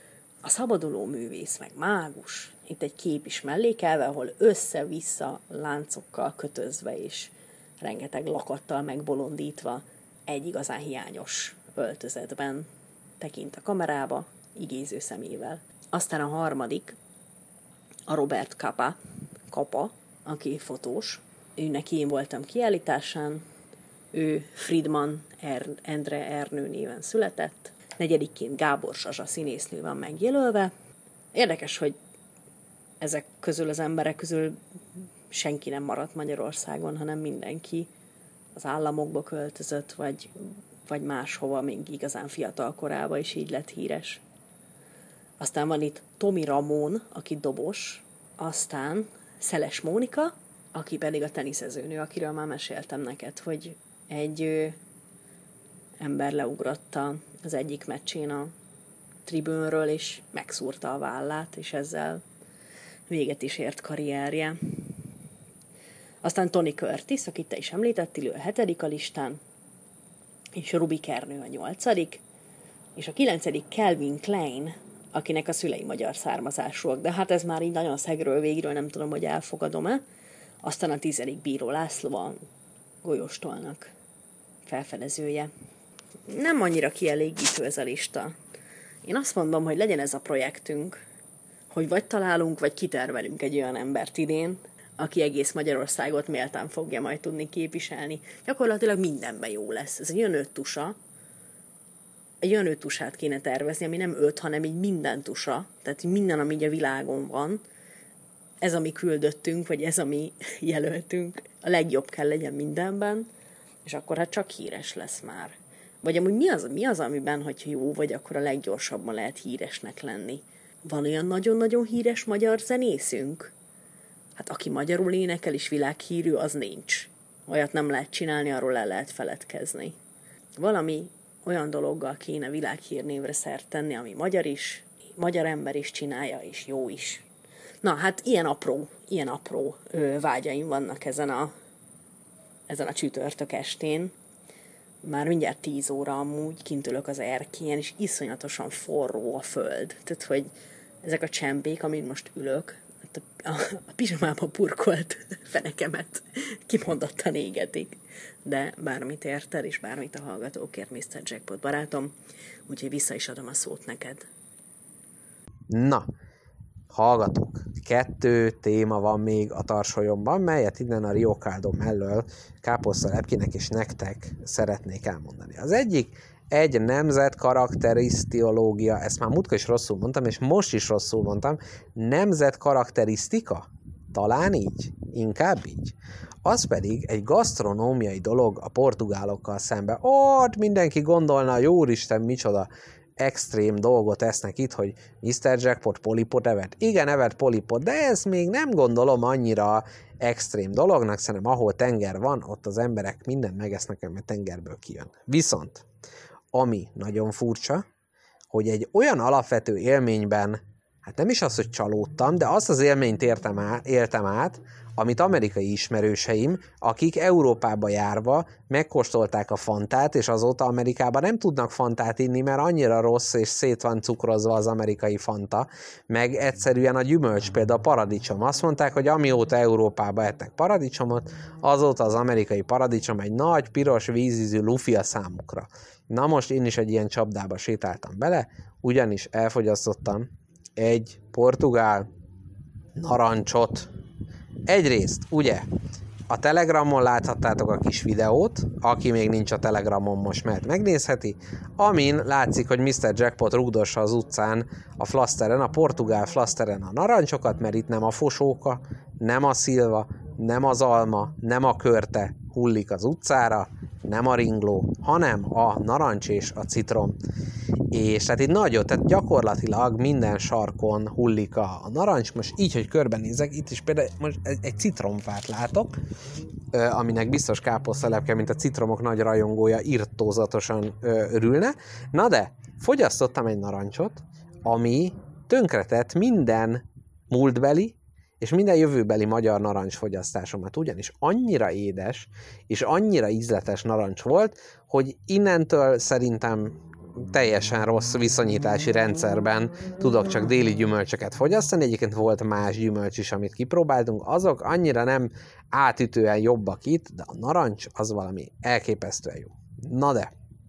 a szabaduló művész, meg mágus, itt egy kép is mellékelve, ahol össze-vissza láncokkal kötözve és rengeteg lakattal megbolondítva egy igazán hiányos öltözetben tekint a kamerába, igéző szemével. Aztán a harmadik, a Robert Capa, Capa, aki fotós. Ő neki én voltam kiállításán, ő Friedman er- Endre Ernő néven született. Negyedikként Gábor Zsazsa színésznő van megjelölve. Érdekes, hogy ezek közül az emberek közül senki nem maradt Magyarországon, hanem mindenki az államokba költözött, vagy, vagy máshova, még igazán fiatal korában is így lett híres. Aztán van itt Tomi Ramón, aki dobos, aztán Szeles Mónika, aki pedig a teniszezőnő, akiről már meséltem neked, hogy egy ö, ember leugratta az egyik meccsén a tribűnről, és megszúrta a vállát, és ezzel véget is ért karrierje. Aztán Tony Curtis, akit te is említettél, ő a hetedik a listán, és Ruby Kernő a nyolcadik, és a kilencedik Calvin Klein, akinek a szülei magyar származásúak, de hát ez már így nagyon szegről végről, nem tudom, hogy elfogadom-e. Aztán a tizedik Bíró László a golyóstolnak felfedezője. Nem annyira kielégítő ez a lista. Én azt mondom, hogy legyen ez a projektünk, hogy vagy találunk, vagy kitervelünk egy olyan embert idén, aki egész Magyarországot méltán fogja majd tudni képviselni. Gyakorlatilag mindenben jó lesz. Ez egy olyan öt tusa, egy olyan öt tusát kéne tervezni, ami nem öt, hanem így minden tusa, tehát minden, ami így a világon van, ez, ami küldöttünk, vagy ez, ami jelöltünk, a legjobb kell legyen mindenben, és akkor hát csak híres lesz már. Vagy amúgy mi az, mi az amiben, hogyha jó vagy, akkor a leggyorsabban lehet híresnek lenni. Van olyan nagyon-nagyon híres magyar zenészünk? Hát aki magyarul énekel és világhírű, az nincs. Olyat nem lehet csinálni, arról el lehet feledkezni. Valami olyan dologgal kéne világhírnévre szert tenni, ami magyar is, magyar ember is csinálja, és jó is. Na, hát ilyen apró, ilyen apró ö, vágyaim vannak ezen a, ezen a csütörtök estén. Már mindjárt tíz óra amúgy, kint ülök az erkélyen, és iszonyatosan forró a föld. Tehát, hogy ezek a csempék, amin most ülök, a, a, a pizsamába burkolt fenekemet kimondottan égetik. De bármit érted, és bármit a hallgatókért, miszter Jackpot barátom, úgyhogy vissza is adom a szót neked. Na, hallgatók, kettő téma van még a tarsolyomban, melyet innen a Rio Caldo mellől káposztalepkének és nektek szeretnék elmondani. Az egyik egy nemzet karakterisztiológia, ezt már múltkor is rosszul mondtam, és most is rosszul mondtam, nemzet karakterisztika? Talán így? Inkább így? Az pedig egy gasztronómiai dolog a portugálokkal szemben. Ott mindenki gondolna, jóristen, micsoda extrém dolgot esznek itt, hogy miszter Jackpot polipot evett. Igen, evett polipot, de ezt még nem gondolom annyira extrém dolognak, szerintem ahol tenger van, ott az emberek mindent megesznek, mert tengerből kijön. Viszont, ami nagyon furcsa, hogy egy olyan alapvető élményben, hát nem is az, hogy csalódtam, de azt az élményt értem át, éltem át, amit amerikai ismerőseim, akik Európába járva megkóstolták a fantát, és azóta Amerikában nem tudnak fantát inni, mert annyira rossz és szét van cukrozva az amerikai fanta, meg egyszerűen a gyümölcs, például a paradicsom. Azt mondták, hogy amióta Európába ettek paradicsomot, azóta az amerikai paradicsom egy nagy, piros, vízízű lufi a számukra. Na most én is egy ilyen csapdába sétáltam bele, ugyanis elfogyasztottam egy portugál narancsot. Egyrészt, ugye, a Telegramon láthattátok a kis videót, aki még nincs a Telegramon, most mehet megnézheti, amin látszik, hogy miszter Jackpot rugdossa az utcán a flaszteren, a portugál flaszteren a narancsokat, mert itt nem a fosóka, nem a szilva, nem az alma, nem a körte hullik az utcára, nem a ringló, hanem a narancs és a citrom. És tehát itt nagyon, tehát gyakorlatilag minden sarkon hullik a, a narancs. Most így, hogy körbenézek, itt is például most egy, egy citromfát látok, aminek biztos káposztalepke, mint a citromok nagy rajongója, irtózatosan örülne. Na de, fogyasztottam egy narancsot, ami tönkretett minden múltbeli és minden jövőbeli magyar narancsfogyasztásomat, ugyanis annyira édes és annyira ízletes narancs volt, hogy innentől szerintem teljesen rossz viszonyítási rendszerben tudok csak déli gyümölcsöket fogyasztani. Egyébként volt más gyümölcs is, amit kipróbáltunk, azok annyira nem átütően jobbak itt, de a narancs az valami elképesztően jó. Na de,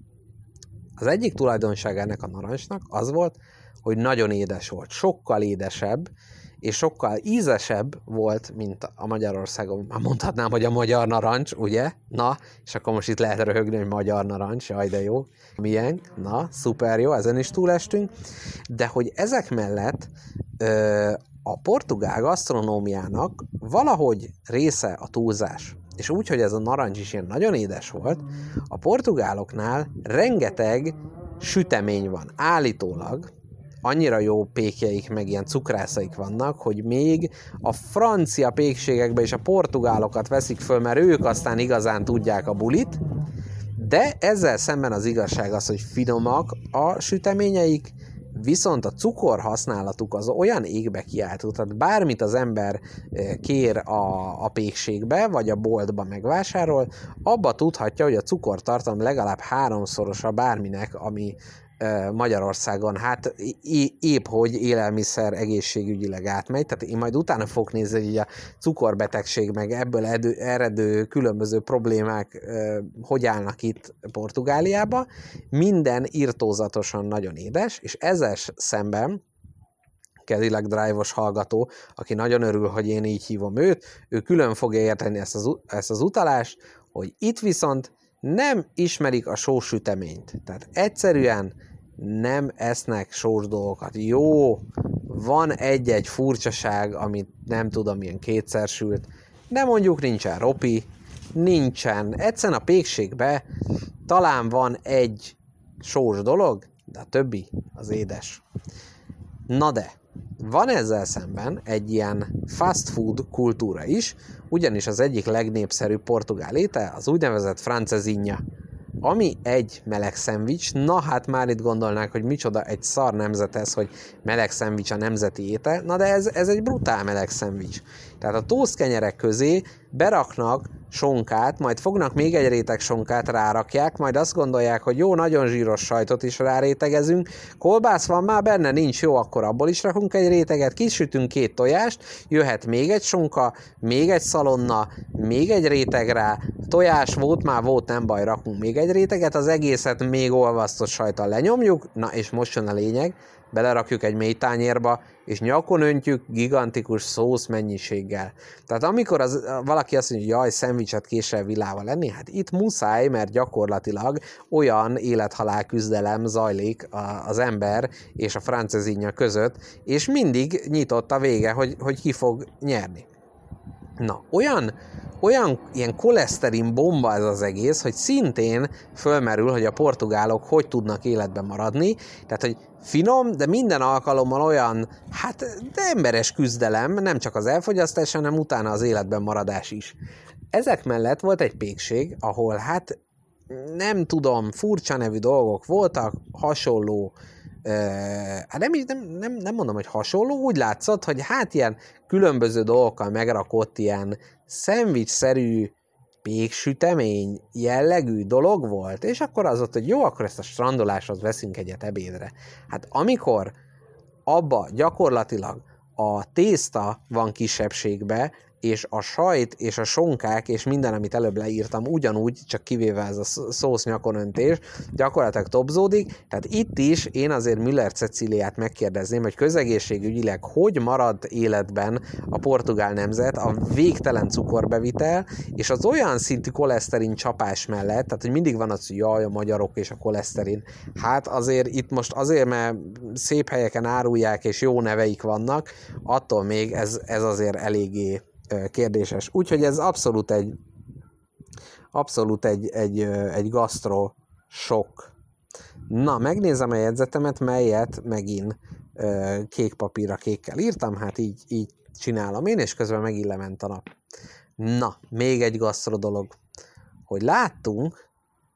az egyik tulajdonság ennek a narancsnak az volt, hogy nagyon édes volt, sokkal édesebb, és sokkal ízesebb volt, mint a Magyarországon. Már mondhatnám, hogy a magyar narancs, ugye? Na, és akkor most itt lehet röhögni, hogy magyar narancs, jaj, de jó. Milyen? Na, szuper jó, ezen is túlestünk. De hogy ezek mellett ö, a portugál gasztronómiának valahogy része a túlzás. És úgy, hogy ez a narancs is ilyen nagyon édes volt, a portugáloknál rengeteg sütemény van. Állítólag annyira jó pékjeik, meg ilyen cukrászaik vannak, hogy még a francia pékségekbe is a portugálokat veszik föl, mert ők aztán igazán tudják a bulit, de ezzel szemben az igazság az, hogy finomak a süteményeik, viszont a cukor használatuk az olyan égbe kiáltó, tehát bármit az ember kér a, a pékségbe, vagy a boltba megvásárol, abba tudhatja, hogy a cukortartalom legalább háromszorosa bárminek, ami Magyarországon, hát épp hogy élelmiszer egészségügyileg átmegy, tehát én majd utána fogok nézni, hogy a cukorbetegség meg ebből edő, eredő különböző problémák hogy állnak itt Portugáliába. Minden irtózatosan nagyon édes, és ezzel szemben Cadillac Drive-os hallgató, aki nagyon örül, hogy én így hívom őt, ő külön fogja érteni ezt az, ezt az utalást, hogy itt viszont nem ismerik a sósüteményt. Tehát egyszerűen nem esznek sós dolgokat. Jó, van egy-egy furcsaság, amit nem tudom, milyen kétszer sült, de mondjuk nincsen ropi, nincsen. Egyszerűen a pékségben talán van egy sós dolog, de a többi az édes. Na de, van ezzel szemben egy ilyen fast food kultúra is, ugyanis az egyik legnépszerűbb portugál étel az úgynevezett francesinha, ami egy meleg szendvics. Na hát már itt gondolnák, hogy micsoda egy szar nemzet ez, hogy meleg szendvics a nemzeti étel, na de ez, ez egy brutál meleg szendvics. Tehát a tósztkenyerek közé beraknak sonkát, majd fognak még egy réteg sonkát, rárakják, majd azt gondolják, hogy jó, nagyon zsíros sajtot is rárétegezünk, kolbász van már benne, nincs jó, akkor abból is rakunk egy réteget, kisütünk két tojást, jöhet még egy sonka, még egy szalonna, még egy réteg rá, tojás volt, már volt, nem baj, rakunk még egy réteget, az egészet még olvasztott sajttal lenyomjuk, na és most jön a lényeg, belerakjuk egy mély tányérba, és nyakon öntjük gigantikus szósz mennyiséggel. Tehát amikor az, valaki azt mondja, hogy jaj, szendvicset késsel vilával lenni, hát itt muszáj, mert gyakorlatilag olyan élethalál küzdelem zajlik az ember és a francesinha között, és mindig nyitott a vége, hogy, hogy ki fog nyerni. Na, olyan, olyan ilyen koleszterin bomba ez az egész, hogy szintén fölmerül, hogy a portugálok hogy tudnak életben maradni, tehát, hogy finom, de minden alkalommal olyan, hát de emberes küzdelem, nem csak az elfogyasztás, hanem utána az életben maradás is. Ezek mellett volt egy pékség, ahol hát nem tudom, furcsa nevű dolgok voltak, hasonló, hát nem, nem, nem, nem mondom, hogy hasonló, úgy látszott, hogy hát ilyen különböző dolgokkal megrakott ilyen szendvics-szerű péksütemény jellegű dolog volt, és akkor az ott, hogy jó, akkor ezt a strandoláshoz veszünk egyet ebédre. Hát amikor abba gyakorlatilag a tészta van kisebbségbe, és a sajt, és a sonkák, és minden, amit előbb leírtam, ugyanúgy, csak kivéve ez a szósz nyakonöntés, gyakorlatilag topzódik. Tehát itt is én azért Müller Cecíliát megkérdezném, hogy közegészségügyileg hogy marad életben a portugál nemzet a végtelen cukorbevitel, és az olyan szintű koleszterin csapás mellett, tehát hogy mindig van az, hogy jaj, a magyarok és a koleszterin. Hát azért itt most azért, mert szép helyeken árulják, és jó neveik vannak, attól még ez, ez azért eléggé kérdéses. Úgyhogy ez abszolút egy abszolút egy, egy, egy gasztro sok. Na, megnézem a jegyzetemet, melyet megint kék papírra kékkel írtam, hát így, így csinálom én, és közben megint lement a nap. Na, még egy gasztro dolog, hogy láttunk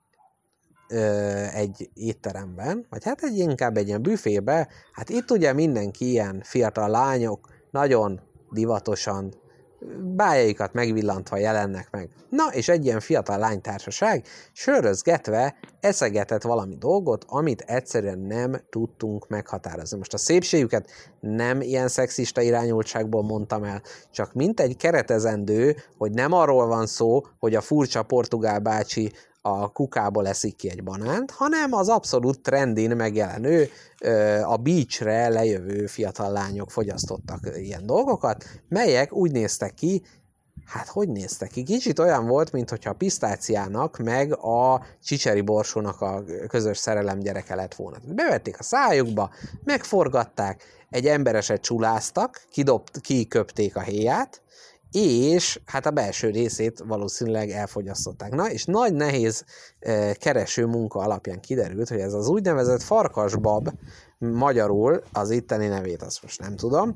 egy étteremben, vagy hát egy inkább egy ilyen büfébe, hát itt ugye mindenki ilyen fiatal lányok, nagyon divatosan bájaikat megvillantva jelennek meg. Na, és egy ilyen fiatal lánytársaság sörözgetve eszegetett valami dolgot, amit egyszerűen nem tudtunk meghatározni. Most a szépségüket nem ilyen szexista irányultságból mondtam el, csak mint egy keretezendő, hogy nem arról van szó, hogy a furcsa portugál bácsi a kukából eszik ki egy banánt, hanem az abszolút trendin megjelenő, a beachre lejövő fiatal lányok fogyasztottak ilyen dolgokat, melyek úgy néztek ki, hát hogy néztek ki? Kicsit olyan volt, mintha a pisztáciának meg a csicseri borsónak a közös szerelem gyereke lett volna. Bevették a szájukba, megforgatták, egy embereset csuláztak, kidobt, kiköpték a héját, és hát a belső részét valószínűleg elfogyasztották. Na, és nagy nehéz e, kereső munka alapján kiderült, hogy ez az úgynevezett farkasbab, magyarul az itteni nevét azt most nem tudom,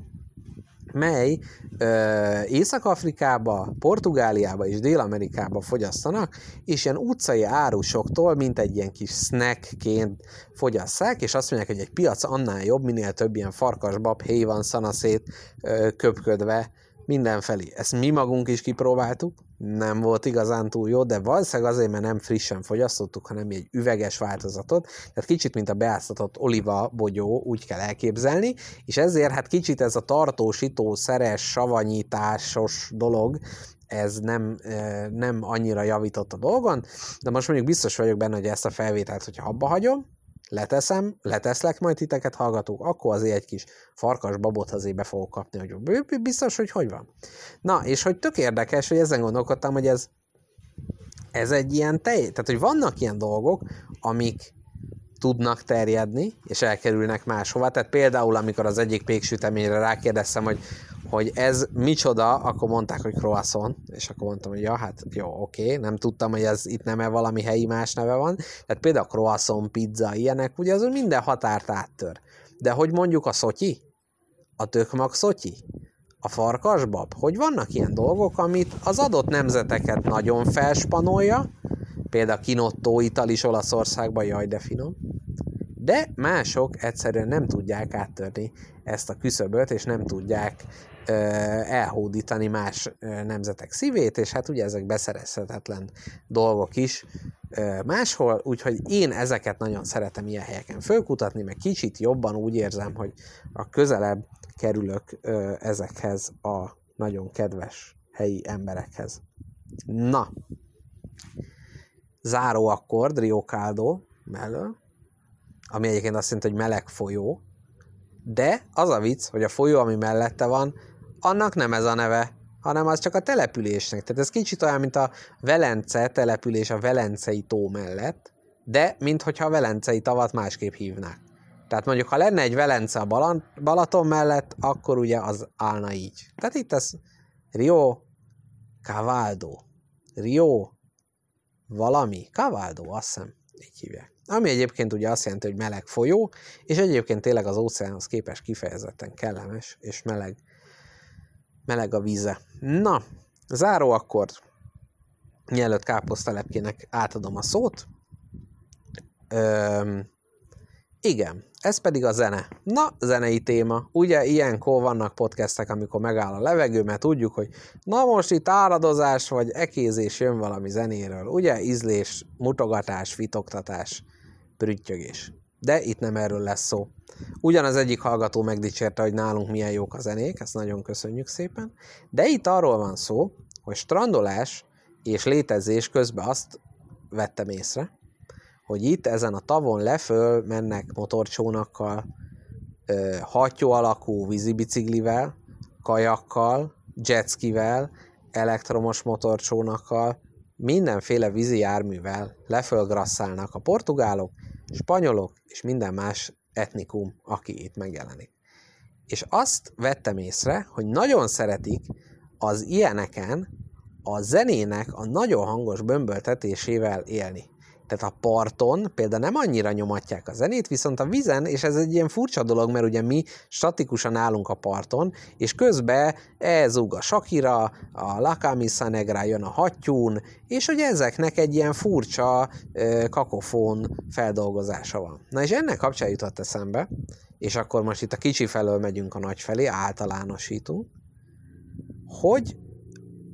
mely e, Észak-Afrikába, Portugáliába és Dél-Amerikába fogyasztanak, és ilyen utcai árusoktól, mint egy ilyen kis snackként fogyasszák, és azt mondják, hogy egy piac annál jobb, minél több ilyen farkasbab héj van szanaszét e, köpködve mindenfelé. Ezt mi magunk is kipróbáltuk, nem volt igazán túl jó, de valószínűleg azért, mert nem frissen fogyasztottuk, hanem egy üveges változatot, tehát kicsit, mint a beáztatott oliva bogyó, úgy kell elképzelni, és ezért hát kicsit ez a tartósító, szeres, savanyításos dolog, ez nem, nem annyira javított a dolgon, de most mondjuk biztos vagyok benne, hogy ezt a felvételt, hogyha abba hagyom, leteszem, leteszlek majd titeket hallgatók, akkor azért egy kis farkas babot azért be fogok kapni, hogy biztos, hogy hogy van. Na, és hogy tök érdekes, hogy ezen gondolkodtam, hogy ez, ez egy ilyen tej, tehát hogy vannak ilyen dolgok, amik tudnak terjedni, és elkerülnek máshova, tehát például, amikor az egyik péksüteményre rákérdeztem, hogy, hogy ez micsoda, akkor mondták, hogy croissant, és akkor mondtam, hogy ja, hát jó, oké, nem tudtam, hogy ez itt nem-e valami helyi más neve van, tehát például croissant, pizza, ilyenek, ugye az minden határt áttör. De hogy mondjuk a szotyi, a tökmag szotyi, a farkasbab, hogy vannak ilyen dolgok, amit az adott nemzeteket nagyon felspanolja, például kinottó ital is Olaszországban, jaj, de finom, de mások egyszerűen nem tudják áttörni ezt a küszöböt, és nem tudják ö, elhódítani más ö, nemzetek szívét, és hát ugye ezek beszerezhetetlen dolgok is ö, máshol, úgyhogy én ezeket nagyon szeretem ilyen helyeken fölkutatni, meg kicsit jobban úgy érzem, hogy a közelebb kerülök ö, ezekhez a nagyon kedves helyi emberekhez. Na, záró akkord, Rio Caldo mellől, ami egyébként azt jelenti, hogy meleg folyó, de az a vicc, hogy a folyó, ami mellette van, annak nem ez a neve, hanem az csak a településnek. Tehát ez kicsit olyan, mint a Velence település a Velencei tó mellett, de minthogyha a Velencei tavat másképp hívnák. Tehát mondjuk, ha lenne egy Velence a Balaton mellett, akkor ugye az állna így. Tehát itt ez Rio Cavaldo. Rio valami. Cavaldo, azt hiszem, így hívják. Ami egyébként ugye azt jelenti, hogy meleg folyó, és egyébként tényleg az óceánhoz képest kifejezetten kellemes, és meleg, meleg a víze. Na, záró akkord. Mielőtt káposztelepkének átadom a szót. Öm, igen, ez pedig a zene. Na, zenei téma. Ugye ilyenkor vannak podcastek, amikor megáll a levegő, mert tudjuk, hogy na most itt áradozás vagy ekézés jön valami zenéről. Ugye ízlés, mutogatás, fitoktatás, prüttyögés. De itt nem erről lesz szó. Ugyanaz egyik hallgató megdicsérte, hogy nálunk milyen jók a zenék, ezt nagyon köszönjük szépen. De itt arról van szó, hogy strandolás és létezés közben azt vettem észre, hogy itt ezen a tavon leföl mennek motorcsónakkal, hattyú alakú vízibiciklivel, kajakkal, jetskivel, elektromos motorcsónakkal, mindenféle vízi járművel lefölgrasszálnak a portugálok, spanyolok és minden más etnikum, aki itt megjelenik. És azt vettem észre, hogy nagyon szeretik az ilyeneken a zenének a nagyon hangos bömböltetésével élni. Tehát a parton például nem annyira nyomatják a zenét, viszont a vízen, és ez egy ilyen furcsa dolog, mert ugye mi statikusan állunk a parton, és közben elzúg a Shakira, a La Camisa Negra jön a hattyún, és hogy ezeknek egy ilyen furcsa kakofón feldolgozása van. Na és ennek kapcsán jutott eszembe, és akkor most itt a kicsi felől megyünk a nagy felé, általánosítunk, hogy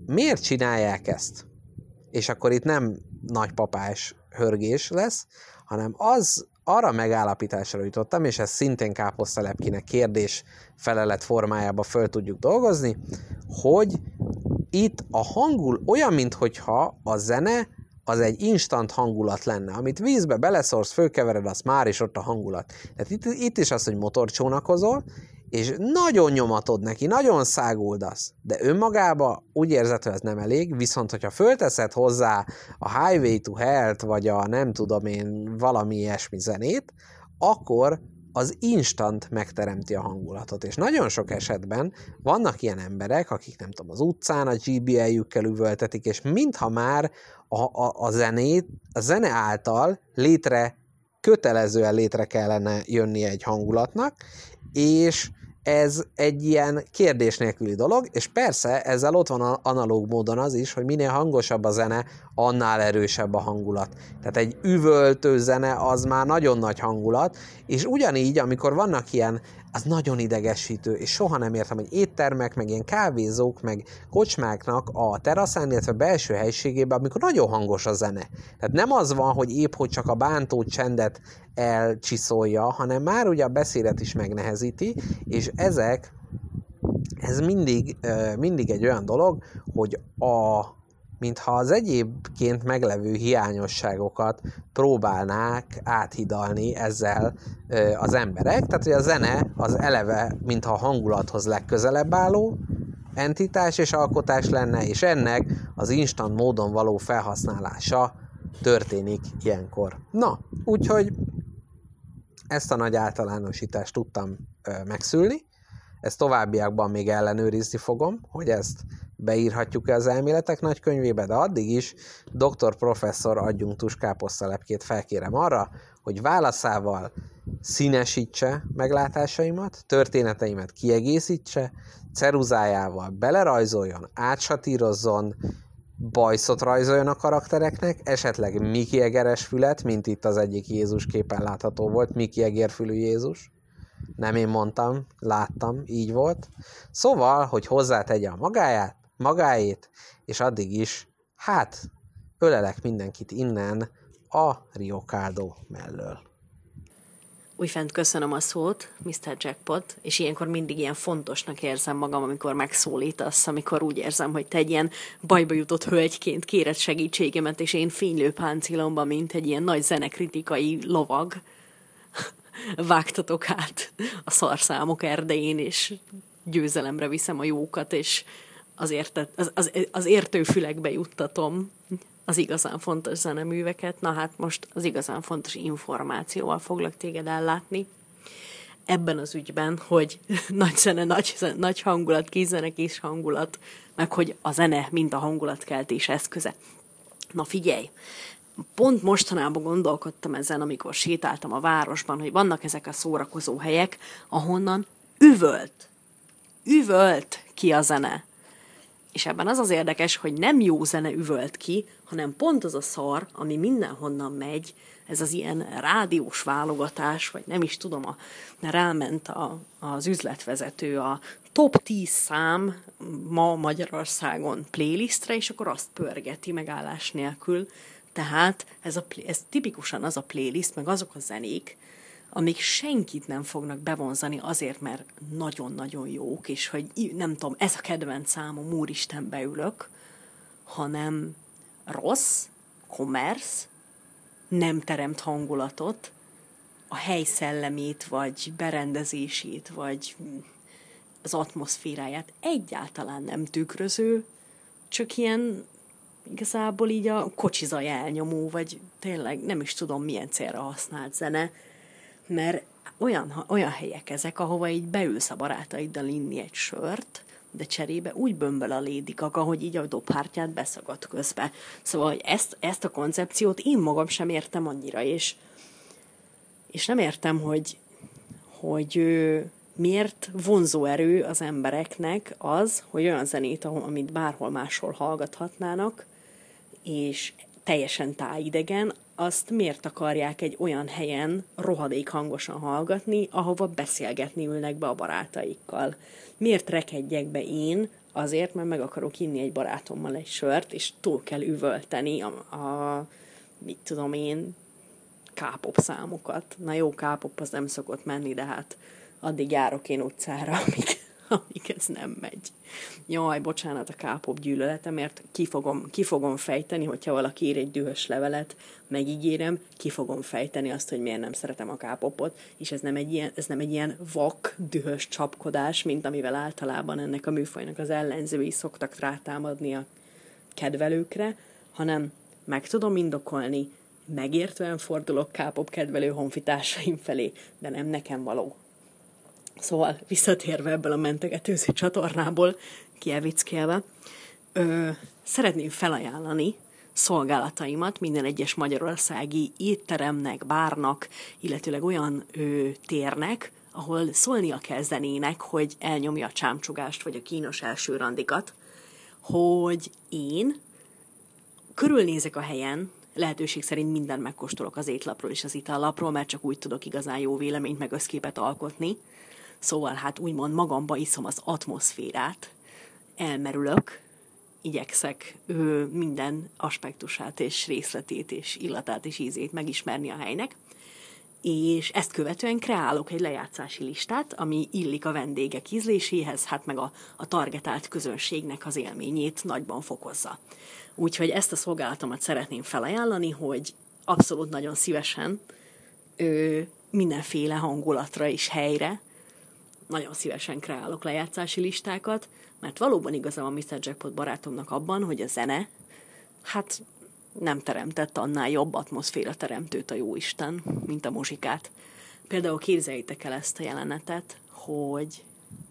miért csinálják ezt? És akkor itt nem nagypapás hörgés lesz, hanem az arra megállapításra jutottam, és ezt szintén káposztalepkének kérdés felelet formájába föl tudjuk dolgozni, hogy itt a hangul olyan, minthogyha a zene az egy instant hangulat lenne. Amit vízbe beleszorsz, fölkevered, az már is ott a hangulat. Tehát itt, itt is az, hogy motorcsónakozol, és nagyon nyomatod neki, nagyon száguldasz, de önmagába úgy érzed, hogy ez nem elég, viszont hogyha fölteszed hozzá a Highway to Hell-t, vagy a nem tudom én valami ilyesmi zenét, akkor az instant megteremti a hangulatot. És nagyon sok esetben vannak ilyen emberek, akik nem tudom, az utcán a gé bé el-jükkel üvöltetik, és mintha már a, a, a zenét, a zene által létre, kötelezően létre kellene jönnie egy hangulatnak, és ez egy ilyen kérdés nélküli dolog, és persze ezzel ott van analóg módon az is, hogy minél hangosabb a zene, annál erősebb a hangulat. Tehát egy üvöltő zene az már nagyon nagy hangulat, és ugyanígy, amikor vannak ilyen, az nagyon idegesítő, és soha nem értem, hogy éttermek, meg ilyen kávézók, meg kocsmáknak a teraszán, illetve belső helyiségében, amikor nagyon hangos a zene. Tehát nem az van, hogy épp hogy csak a bántó csendet elcsiszolja, hanem már ugye a beszédet is megnehezíti, és ezek, ez mindig, mindig egy olyan dolog, hogy a, mintha az egyébként meglevő hiányosságokat próbálnák áthidalni ezzel az emberek, tehát hogy a zene az eleve, mintha a hangulathoz legközelebb álló entitás és alkotás lenne, és ennek az instant módon való felhasználása történik ilyenkor. Na, úgyhogy ezt a nagy általánosítást tudtam ö, megszülni, ezt továbbiakban még ellenőrizni fogom, hogy ezt beírhatjuk-e az elméletek nagykönyvébe, de addig is doktor professzor adjunktus káposztalepkét felkérem arra, hogy válaszával színesítse meglátásaimat, történeteimet kiegészítse, ceruzájával belerajzoljon, átsatírozzon, bajszot rajzoljon a karaktereknek, esetleg Mickey Egeres fület, mint itt az egyik Jézus képen látható volt, Mickey Egerfülű Jézus. Nem én mondtam, láttam, így volt. Szóval, hogy hozzátegye a magáját, magáét, és addig is, hát, ölelek mindenkit innen a Riocaldo mellől. Újfent köszönöm a szót, miszter Jackpot, és ilyenkor mindig ilyen fontosnak érzem magam, amikor megszólítasz, amikor úgy érzem, hogy te egy ilyen bajba jutott hölgyként kéred segítségemet, és én fénylő páncélomban, mint egy ilyen nagy zenekritikai lovag, vágtatok át a szarszámok erdején, és győzelemre viszem a jókat, és az, értet, az, az, az értőfülekbe juttatom az igazán fontos zeneműveket. Na hát most az igazán fontos információval foglak téged ellátni. Ebben az ügyben, hogy nagy zene, nagy, nagy hangulat, kis zene, kis hangulat, meg hogy a zene, mint a hangulatkeltés eszköze. Na figyelj! Pont mostanában gondolkodtam ezen, amikor sétáltam a városban, hogy vannak ezek a szórakozó helyek, ahonnan üvölt, üvölt ki a zene. És ebben az az érdekes, hogy nem jó zene üvölt ki, hanem pont az a szar, ami mindenhonnan megy, ez az ilyen rádiós válogatás, vagy nem is tudom, a, ráment a, az üzletvezető a top tíz szám ma Magyarországon playlistre, és akkor azt pörgeti megállás nélkül. Tehát ez, a, ez tipikusan az a playlist, meg azok a zenék, amik senkit nem fognak bevonzani azért, mert nagyon-nagyon jók, és hogy nem tudom, ez a kedvenc számom, úristen, beülök, hanem rossz, kommersz, nem teremt hangulatot, a hely szellemét, vagy berendezését, vagy az atmoszféráját egyáltalán nem tükröző, csak ilyen igazából így a kocsizaj elnyomó, vagy tényleg nem is tudom milyen célra használt zene, mert olyan, olyan helyek ezek, ahova így beülsz a barátaiddal inni egy sört, de cserébe úgy bömböl a Lady Gaga, hogy így a dobhártyát beszagad közbe. Szóval, hogy ezt, ezt a koncepciót én magam sem értem annyira, és, és nem értem, hogy, hogy ő, miért vonzó erő az embereknek az, hogy olyan zenét, amit bárhol máshol hallgathatnának, és teljesen tájidegen, azt miért akarják egy olyan helyen rohadék hangosan hallgatni, ahova beszélgetni ülnek be a barátaikkal. Miért rekedjek be én azért, mert meg akarok inni egy barátommal egy sört, és túl kell üvölteni a, a mit tudom én, K-pop számokat. Na jó, K-pop az nem szokott menni, de hát addig járok én utcára, amíg, amíg ez nem megy. Jaj, bocsánat a K-pop gyűlöletemért, ki fogom, ki fogom fejteni, hogyha valaki ír egy dühös levelet, megígérem, ki fogom fejteni azt, hogy miért nem szeretem a K-popot, és ez nem egy ilyen, ez nem egy ilyen vak, dühös csapkodás, mint amivel általában ennek a műfajnak az ellenzői szoktak rátámadni a kedvelőkre, hanem meg tudom indokolni, megértően fordulok K-pop kedvelő honfitársaim felé, de nem nekem való. Szóval visszatérve ebből a mentegetőző csatornából, kielvickélve, ö, szeretném felajánlani szolgálataimat minden egyes magyarországi étteremnek, bárnak, illetőleg olyan ö, térnek, ahol szólnia kezdenének, hogy elnyomja a csámcsogást, vagy a kínos első randikat, hogy én körülnézek a helyen, lehetőség szerint mindent megkóstolok az étlapról és az itallapról, mert csak úgy tudok igazán jó véleményt meg összképet alkotni. Szóval hát úgymond magamba iszom az atmoszférát, elmerülök, igyekszek ő, minden aspektusát és részletét és illatát és ízét megismerni a helynek, és ezt követően kreálok egy lejátszási listát, ami illik a vendégek ízléséhez, hát meg a, a targetált közönségnek az élményét nagyban fokozza. Úgyhogy ezt a szolgálatomat szeretném felajánlani, hogy abszolút nagyon szívesen ő, mindenféle hangulatra és helyre nagyon szívesen kreálok lejátszási listákat, mert valóban igaza van miszter Jackpot barátomnak abban, hogy a zene, hát nem teremtett annál jobb atmoszféra teremtőt a jóisten, mint a muzsikát. Például képzeljétek el ezt a jelenetet, hogy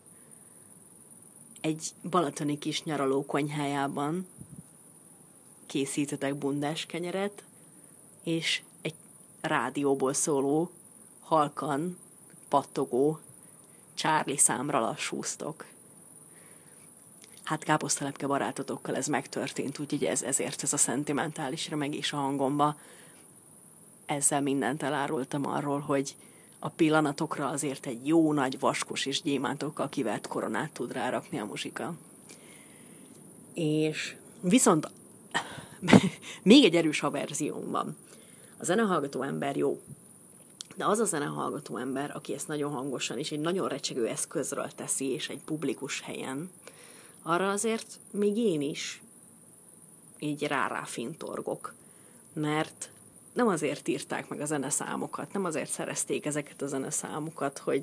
egy balatoni kis nyaraló konyhájában készítetek bundás kenyeret, és egy rádióból szóló, halkan, pattogó Charlie számra lassúztok. Hát káposztalepke barátotokkal ez megtörtént, úgyhogy ez, ezért ez a szentimentális remegés a hangomba. Ezzel mindent elárultam arról, hogy a pillanatokra azért egy jó nagy vaskos és gyémántokkal kivert koronát tud rárakni a muzsika. És viszont még egy erős averzióm van. A zenehallgató ember jó, de az a zenehallgató ember, aki ezt nagyon hangosan és egy nagyon recsegő eszközről teszi, és egy publikus helyen, arra azért még én is így rá-rá fintorgok. Mert nem azért írták meg a zeneszámokat, nem azért szerezték ezeket a zeneszámokat, hogy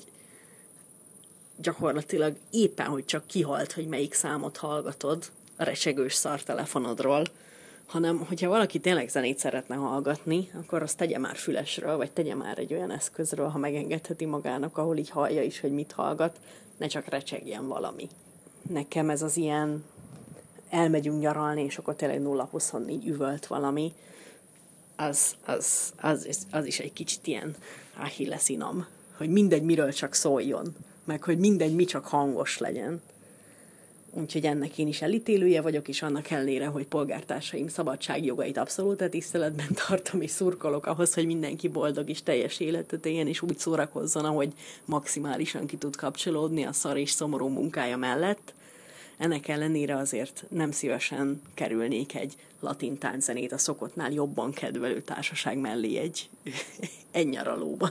gyakorlatilag éppen, hogy csak kihalt, hogy melyik számot hallgatod a recsegős szartelefonodról, hanem hogyha valaki tényleg zenét szeretne hallgatni, akkor azt tegye már fülesről, vagy tegye már egy olyan eszközről, ha megengedheti magának, ahol így hallja is, hogy mit hallgat, ne csak recsegjen valami. Nekem ez az ilyen elmegyünk nyaralni, és akkor tényleg nulla huszonnégy üvölt valami, az, az, az, az is egy kicsit ilyen Achilleszinom, hogy mindegy miről csak szóljon, meg hogy mindegy mi csak hangos legyen. Úgyhogy ennek én is elítélője vagyok, és annak ellenére, hogy polgártársaim szabadságjogait abszolút tiszteletben tartom, és szurkolok ahhoz, hogy mindenki boldog és teljes életet éljen, és úgy szórakozzon, ahogy maximálisan ki tud kapcsolódni a szar és szomorú munkája mellett. Ennek ellenére azért nem szívesen kerülnék egy latin tánczenét a szokottnál jobban kedvelő társaság mellé egy, egy nyaralóban.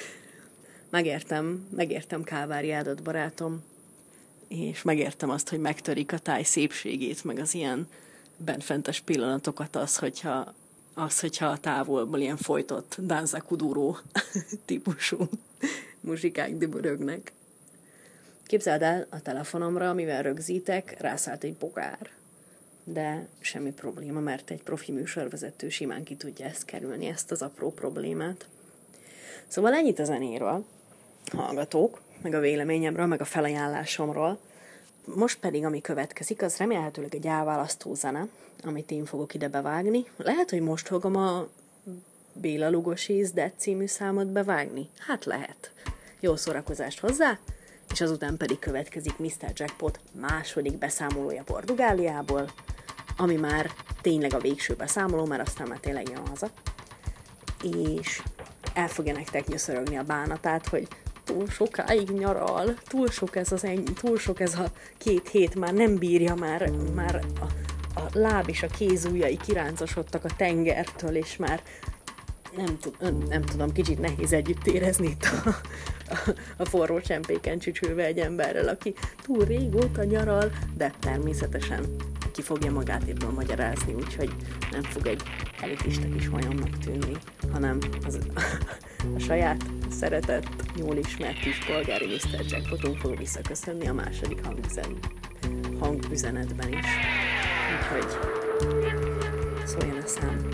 Megértem, megértem Kálváriádat, barátom, és megértem azt, hogy megtörik a táj szépségét, meg az ilyen benfentes pillanatokat az, hogyha, az, hogyha a távolból ilyen folytott Danza Kuduro típusú muzsikák dübörögnek. Képzeld el, a telefonomra, amivel rögzítek, rászállt egy bogár. De semmi probléma, mert egy profi műsorvezető simán ki tudja ezt kerülni, ezt az apró problémát. Szóval ennyit a zenéről, hallgatók, meg a véleményemről, meg a felajánlásomról. Most pedig, ami következik, az remélhetőleg egy elválasztó zene, amit én fogok ide bevágni. Lehet, hogy most fogom a Béla Lugosi Dead című számot bevágni? Hát lehet. Jó szórakozást hozzá, és azután pedig következik miszter Jackpot második beszámolója Portugáliából, ami már tényleg a végső beszámoló, mert aztán már tényleg jön haza. És el fogja nektek nyöszörögni a bánatát, hogy túl sokáig nyaral, túl sok ez az ennyi, túl sok ez a két hét, már nem bírja, már, már a, a láb és a kézujjai kiráncosodtak a tengertől, és már nem, tud, nem tudom, kicsit nehéz együtt érezni itt a, a, a forró csempéken csücsülve egy emberrel, aki túl régóta nyaral, de természetesen ki fogja magát ebből magyarázni, úgyhogy nem fog egy elitista kis majomnak tűnni, hanem az, a saját szeretett, jól ismert kis polgári miszter Jackpotunk fog visszaköszönni a második hangüzen, hangüzenetben is. Úgyhogy szóljon a szám.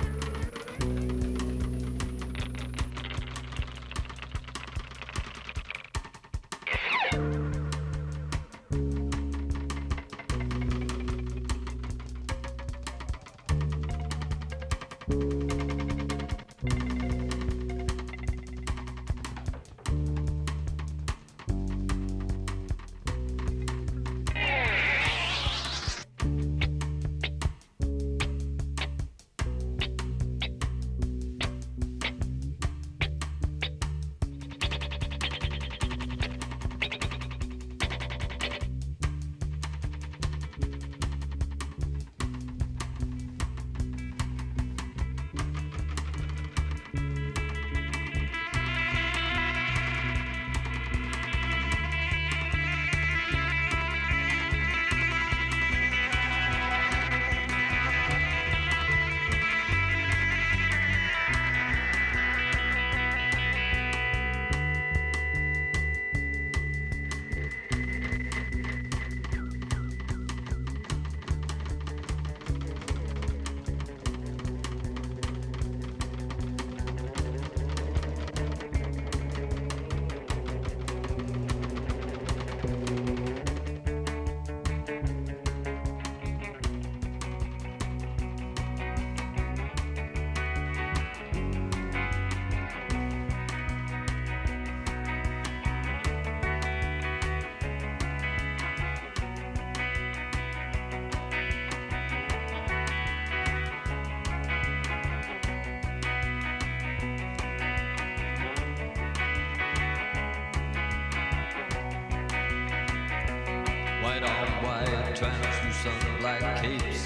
White on white, translucent black capes,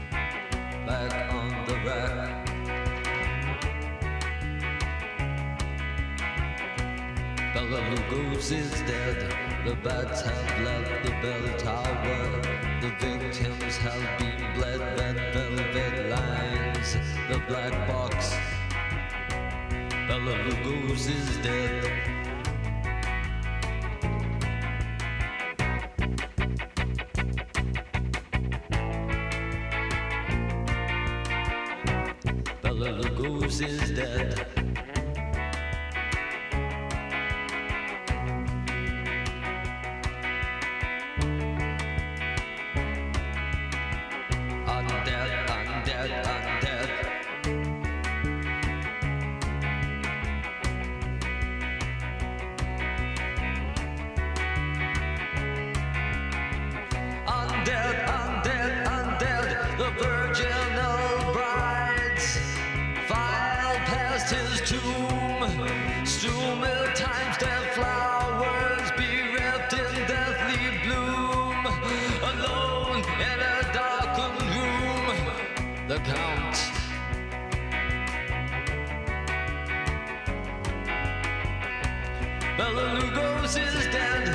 back on the rack. Bela Lugos is dead, the bats have left the bell tower. The victims have been bled, red velvet lines, the black box. Bela Lugos is dead. Bela Lugos is dead. Undead, undead, undead. Undead, undead, undead. The virginal brides file past his tomb. Strewn with time-stamped flowers, bereft in deathly bloom. Alone in a darkened room, the Count. Bela Lugos is dead.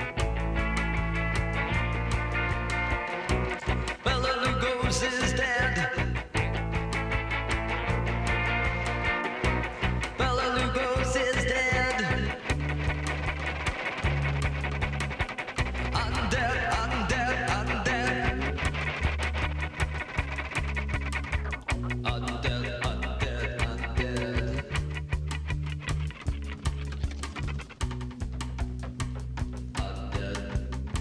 Bela Lugos is dead. Bela Lugos is dead. Undead, undead, undead. Undead, undead, undead. Undead.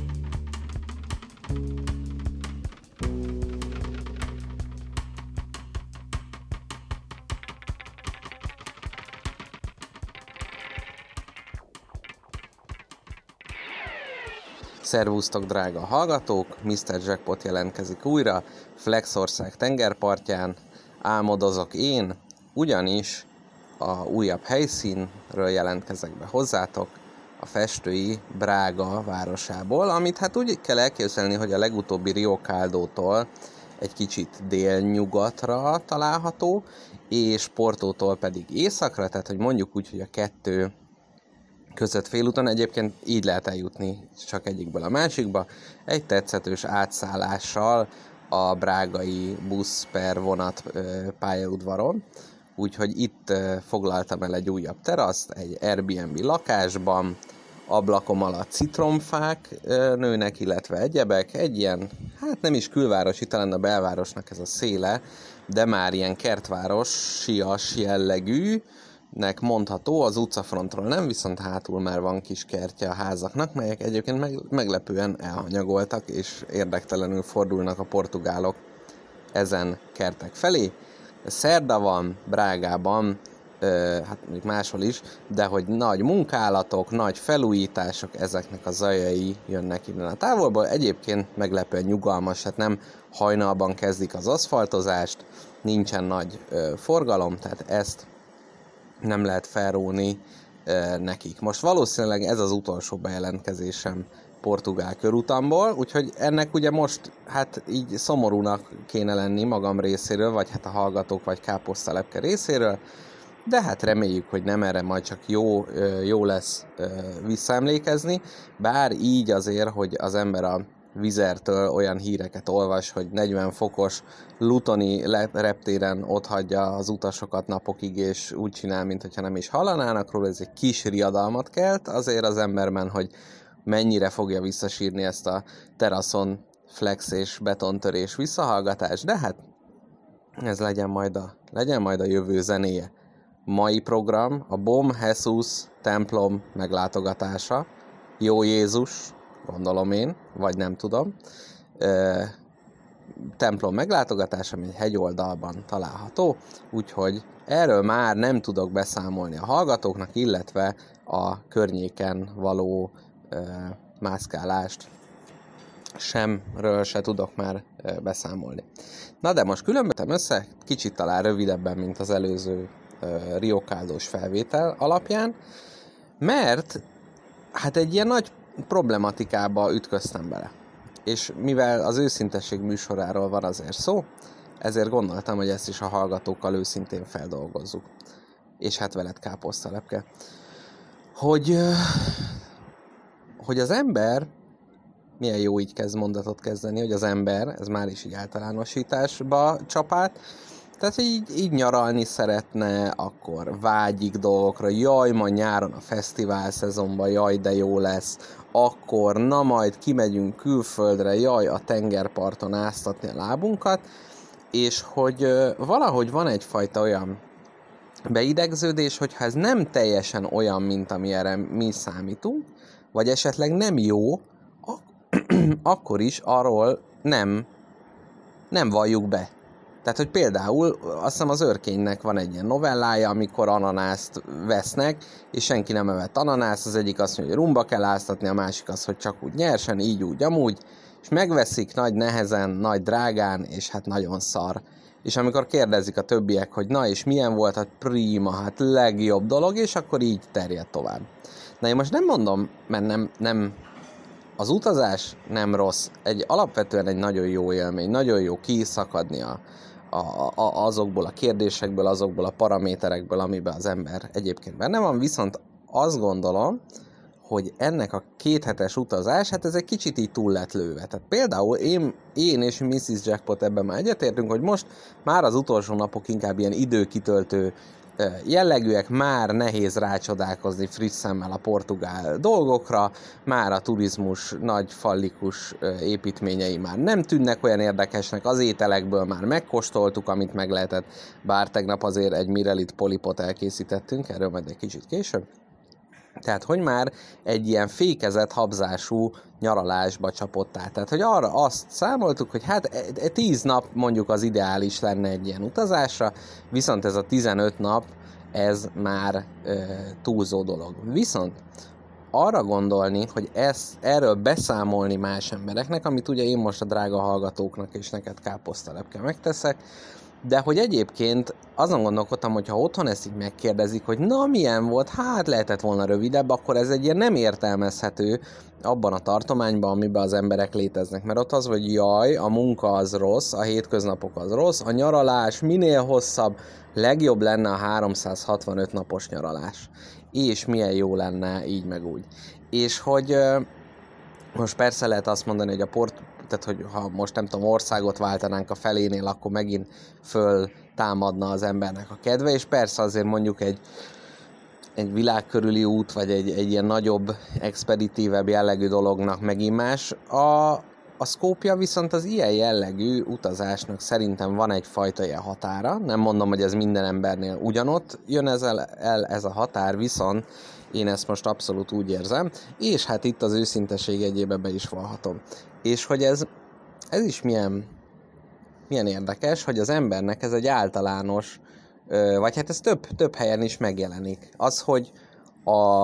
Szervusztok, drága hallgatók! miszter Jackpot jelentkezik újra, Flexország tengerpartján. Álmodozok én, ugyanis a újabb helyszínről jelentkezek be hozzátok. a festői Braga városából, amit hát úgy kell elképzelni, hogy a legutóbbi Rio Caldótól egy kicsit délnyugatra található, és Portótól pedig északra, tehát hogy mondjuk úgy, hogy a kettő között félúton, egyébként így lehet eljutni csak egyikből a másikba, egy tetszetős átszállással a brágai busz per vonat pályaudvaron, úgyhogy itt foglaltam el egy újabb teraszt, egy Airbnb lakásban, ablakom alatt citromfák nőnek, illetve egyebek, egy ilyen, hát nem is külvárosi, talán a belvárosnak ez a széle, de már ilyen kertváros-sias jellegűnek mondható, az utcafrontról nem, viszont hátul már van kis kertje a házaknak, melyek egyébként meglepően elhanyagoltak, és érdektelenül fordulnak a portugálok ezen kertek felé. Szerda van Brágában, hát még máshol is, de hogy nagy munkálatok, nagy felújítások, ezeknek a zajai jönnek innen a távolból. Egyébként meglepően nyugalmas, hát nem hajnalban kezdik az aszfaltozást, nincsen nagy ö, forgalom, tehát ezt nem lehet felróni ö, nekik. Most valószínűleg ez az utolsó bejelentkezésem portugál körutamból, úgyhogy ennek ugye most hát így szomorúnak kéne lenni magam részéről, vagy hát a hallgatók, vagy káposztalepke részéről, de hát reméljük, hogy nem, erre majd csak jó, jó lesz visszaemlékezni, bár így azért, hogy az ember a Vizertől olyan híreket olvas, hogy negyven fokos lutoni reptéren otthagyja az utasokat napokig, és úgy csinál, mintha nem is hallanának róla, ez egy kis riadalmat kelt azért az emberben, hogy mennyire fogja visszasírni ezt a teraszon flex és betontörés visszahallgatás, de hát ez legyen majd a, legyen majd a jövő zenéje. Mai program a Bom Jesus templom meglátogatása. Jó Jézus, gondolom én, vagy nem tudom. E, templom meglátogatása, ami egy hegyoldalban található, úgyhogy erről már nem tudok beszámolni a hallgatóknak, illetve a környéken való e, mászkálást semről se tudok már e, beszámolni. Na de most különböztem össze, kicsit talán rövidebben, mint az előző Rio Caldós felvétel alapján, mert hát egy ilyen nagy problematikába ütköztem bele. És mivel az őszintesség műsoráról van azért szó, ezért gondoltam, hogy ezt is a hallgatókkal őszintén feldolgozzuk. És hát veled káposztalepke. Hogy, hogy az ember, milyen jó így kezd mondatot kezdeni, hogy az ember, ez már is így általánosításba csapát, tehát, hogy így, így nyaralni szeretne, akkor vágyik dolgokra, jaj, ma nyáron a fesztivál szezonban, jaj, de jó lesz, akkor na majd kimegyünk külföldre, jaj, a tengerparton áztatni a lábunkat, és hogy ö, valahogy van egyfajta olyan beidegződés, hogyha ez nem teljesen olyan, mint amire mi számítunk, vagy esetleg nem jó, ak- akkor is arról nem, nem valljuk be. Tehát, hogy például azt hiszem az Örkénynek van egy ilyen novellája, amikor ananászt vesznek, és senki nem evett ananászt, az egyik azt mondja, hogy rumba kell áztatni, a másik az, hogy csak úgy nyersen, így úgy, amúgy, és megveszik nagy nehezen, nagy drágán, és hát nagyon szar. És amikor kérdezik a többiek, hogy na és milyen volt, hát prima, hát legjobb dolog, és akkor így terjed tovább. Na én most nem mondom, mert nem, nem az utazás nem rossz, egy alapvetően egy nagyon jó élmény, nagyon jó kiszakadni a A, a, azokból a kérdésekből, azokból a paraméterekből, amiben az ember egyébként benne van, viszont azt gondolom, hogy ennek a kéthetes utazás, hát ez egy kicsit így túl lett lőve. Tehát például én, én és missziz Jackpot ebben már egyetértünk, hogy most már az utolsó napok inkább ilyen időkitöltő jellegűek, már nehéz rácsodálkozni friss szemmel a portugál dolgokra, már a turizmus nagy fallikus építményei már nem tűnnek olyan érdekesnek, az ételekből már megkóstoltuk, amit meg lehetett, bár tegnap azért egy mirelit polipot elkészítettünk, erről majd egy kicsit később. Tehát, hogy már egy ilyen fékezett, habzású nyaralásba csapott át. Tehát, hogy arra azt számoltuk, hogy hát tíz nap mondjuk az ideális lenne egy ilyen utazásra, viszont ez a tizenöt nap, ez már e, túlzó dolog. Viszont arra gondolni, hogy ez, erről beszámolni más embereknek, amit ugye én most a drága hallgatóknak és neked káposztalepke megteszek, De hogy egyébként azon gondolkodtam, hogy ha otthon ezt így megkérdezik, hogy na milyen volt, hát lehetett volna rövidebb, akkor ez egy ilyen nem értelmezhető abban a tartományban, amiben az emberek léteznek. Mert ott az, hogy jaj, a munka az rossz, a hétköznapok az rossz, a nyaralás minél hosszabb, legjobb lenne a háromszázhatvanöt napos nyaralás. És milyen jó lenne így meg úgy. És hogy most persze lehet azt mondani, hogy a port, tehát hogy ha most nem tudom, országot váltanánk a felénél, akkor megint föl támadna az embernek a kedve, és persze azért mondjuk egy, egy világkörüli út, vagy egy, egy ilyen nagyobb, expeditívebb jellegű dolognak megint más. A, a Skopje viszont az ilyen jellegű utazásnak szerintem van egyfajta ilyen határa. Nem mondom, hogy ez minden embernél ugyanott jön ez el, el ez a határ, viszont én ezt most abszolút úgy érzem, és hát itt az őszinteség egyébe be is vallhatom. És hogy ez, ez is milyen, milyen érdekes, hogy az embernek ez egy általános, vagy hát ez több, több helyen is megjelenik. Az, hogy a,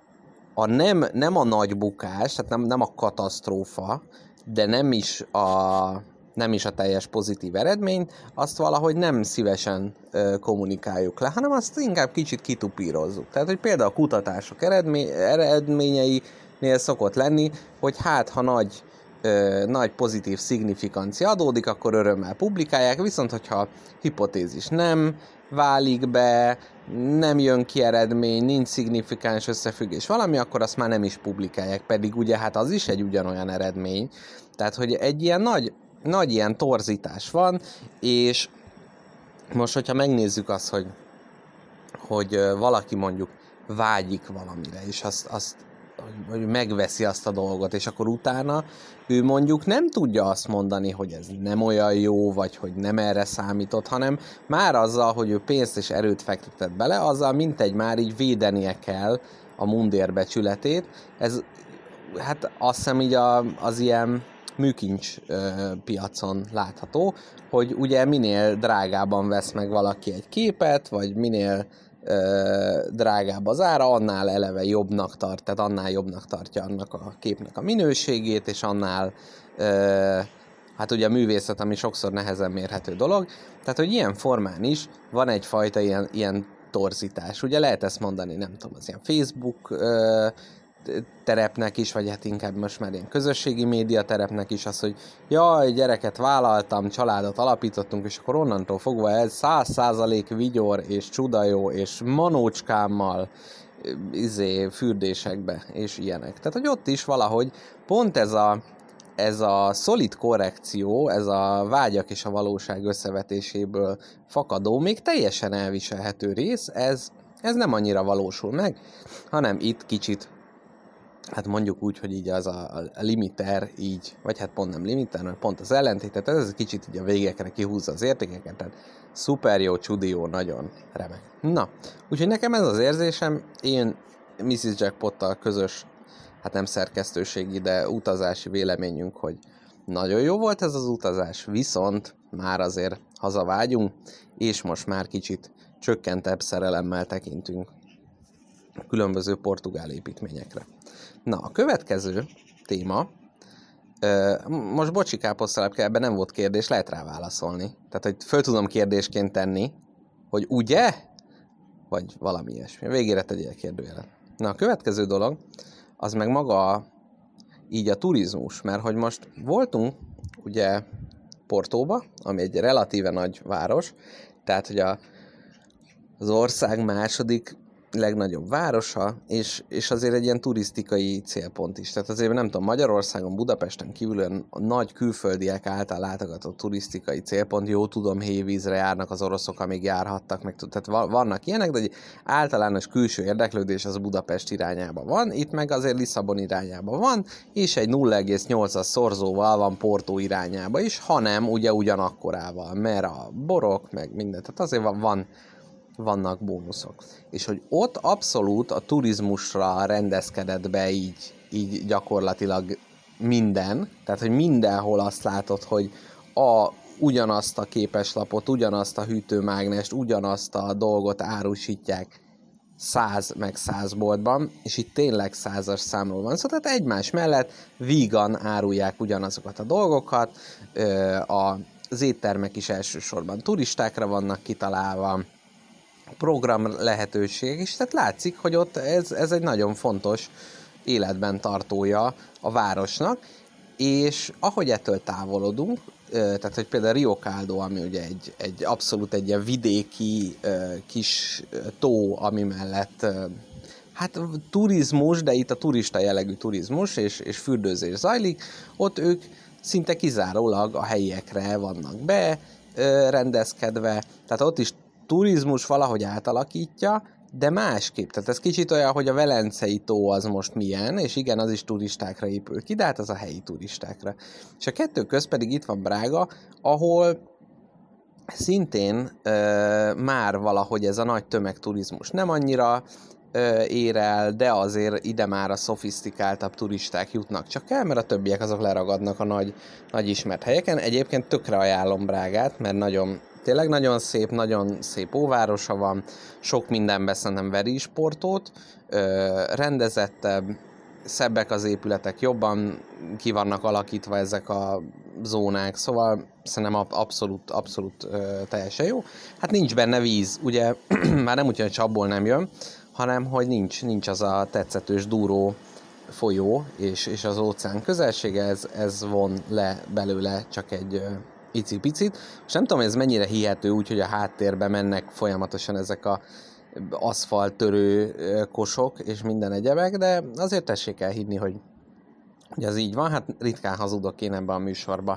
a nem, nem a nagy bukás, tehát nem, nem a katasztrófa, de nem is a, nem is a teljes pozitív eredmény, azt valahogy nem szívesen ö, kommunikáljuk le, hanem azt inkább kicsit kitupírozzuk. Tehát, hogy például a kutatások eredmény, eredményeinél szokott lenni, hogy hát, ha nagy, ö, nagy pozitív szignifikancia adódik, akkor örömmel publikálják, viszont hogyha hipotézis nem válik be, nem jön ki eredmény, nincs szignifikáns összefüggés valami, akkor azt már nem is publikálják, pedig ugye hát az is egy ugyanolyan eredmény. Tehát, hogy egy ilyen nagy nagy ilyen torzítás van, és most, hogyha megnézzük azt, hogy, hogy valaki mondjuk vágyik valamire, és azt, azt hogy megveszi azt a dolgot, és akkor utána ő mondjuk nem tudja azt mondani, hogy ez nem olyan jó, vagy hogy nem erre számított, hanem már azzal, hogy ő pénzt és erőt fektetett bele, azzal mintegy már így védenie kell a mundérbecsületét. Ez, hát azt hiszem így a, az ilyen műkincs ö, piacon látható, hogy ugye minél drágában vesz meg valaki egy képet, vagy minél ö, drágább az ára, annál eleve jobbnak tart, tehát annál jobbnak tartja annak a képnek a minőségét, és annál ö, hát ugye a művészet, ami sokszor nehezen mérhető dolog, tehát hogy ilyen formán is van egyfajta ilyen, ilyen torzítás. Ugye lehet ezt mondani, nem tudom, az ilyen Facebook ö, terepnek is, vagy hát inkább most már ilyen közösségi média terepnek is az, hogy jaj, gyereket vállaltam, családot alapítottunk, és akkor onnantól fogva ez száz százalék vigyor, és csudajó, és manócskámmal izé, fürdésekbe, és ilyenek. Tehát, hogy ott is valahogy pont ez a, ez a szolid korrekció, ez a vágyak és a valóság összevetéséből fakadó, még teljesen elviselhető rész, ez, ez nem annyira valósul meg, hanem itt kicsit hát mondjuk úgy, hogy így az a, a limiter így, vagy hát pont nem limiter, mert pont az ellentétet, ez kicsit így a végekre kihúzza az értékeket, tehát szuper jó, csudi jó, nagyon remek. Na, úgyhogy nekem ez az érzésem, én missziz Jackpottal közös, hát nem szerkesztőségi, de utazási véleményünk, hogy nagyon jó volt ez az utazás, viszont már azért hazavágyunk, és most már kicsit csökkentebb szerelemmel tekintünk különböző portugál építményekre. Na, a következő téma, most bocsi káposztalepke, ebben nem volt kérdés, lehet rá válaszolni. Tehát, hogy föl tudom kérdésként tenni, hogy ugye? Vagy valami ilyesmi. Végére tegyél kérdőjelet. Na, a következő dolog, az meg maga így a turizmus, mert hogy most voltunk ugye Portóba, ami egy relatíve nagy város, tehát, hogy a, az ország második legnagyobb városa, és, és azért egy ilyen turisztikai célpont is. Tehát azért nem tudom, Magyarországon, Budapesten kívül a nagy külföldiek által látogatott turisztikai célpont, jó tudom, hévízre járnak az oroszok, amíg járhattak, meg tehát vannak ilyenek, de egy általános külső érdeklődés az Budapest irányába van, itt meg azért Lisszabon irányába van, és egy nulla egész nyolcas szorzóval van Portó irányába is, hanem ugye ugyanakkorával, mert a borok, meg minden, tehát azért van, van vannak bónuszok. És hogy ott abszolút a turizmusra rendezkedett be így, így gyakorlatilag minden, tehát hogy mindenhol azt látod, hogy a, ugyanazt a képeslapot, ugyanazt a hűtőmágnest, ugyanazt a dolgot árusítják száz meg száz boltban, és itt tényleg százas számról van szó, tehát egymás mellett vígan árulják ugyanazokat a dolgokat, a az éttermek is elsősorban turistákra vannak kitalálva, program lehetőség, és tehát látszik, hogy ott ez, ez egy nagyon fontos életben tartója a városnak, és ahogy ettől távolodunk, tehát hogy például Rio Caldo, ami ugye egy, egy abszolút egy ilyen vidéki kis tó, ami mellett hát turizmus, de itt a turista jellegű turizmus és, és fürdőzés zajlik, ott ők szinte kizárólag a helyiekre vannak be rendezkedve, tehát ott is turizmus valahogy átalakítja, de másképp. Tehát ez kicsit olyan, hogy a Velencei tó az most milyen, és igen, az is turistákra épül ki, de hát az a helyi turistákra. És a kettő köz pedig itt van Braga, ahol szintén ö, már valahogy ez a nagy tömegturizmus nem annyira ö, ér el, de azért ide már a szofisztikáltabb turisták jutnak csak el, mert a többiek azok leragadnak a nagy, nagy ismert helyeken. Egyébként tökre ajánlom Brágát, mert nagyon tényleg nagyon szép, nagyon szép óvárosa van, sok mindenben szerintem veri is Portót, rendezettebb, szebbek az épületek, jobban ki vannak alakítva ezek a zónák, szóval szerintem abszolút, abszolút teljesen jó. Hát nincs benne víz, ugye már nem úgy, hogy csapból nem jön, hanem hogy nincs, nincs az a tetszetős duró folyó és, és az óceán közelsége, ez, ez von le belőle csak egy icipicit. És nem tudom, hogy ez mennyire hihető, úgyhogy a háttérben mennek folyamatosan ezek a aszfalttörő kosok és minden egyebek, de azért tessék el hinni, hogy, hogy ez így van. Hát ritkán hazudok én ebben a műsorba.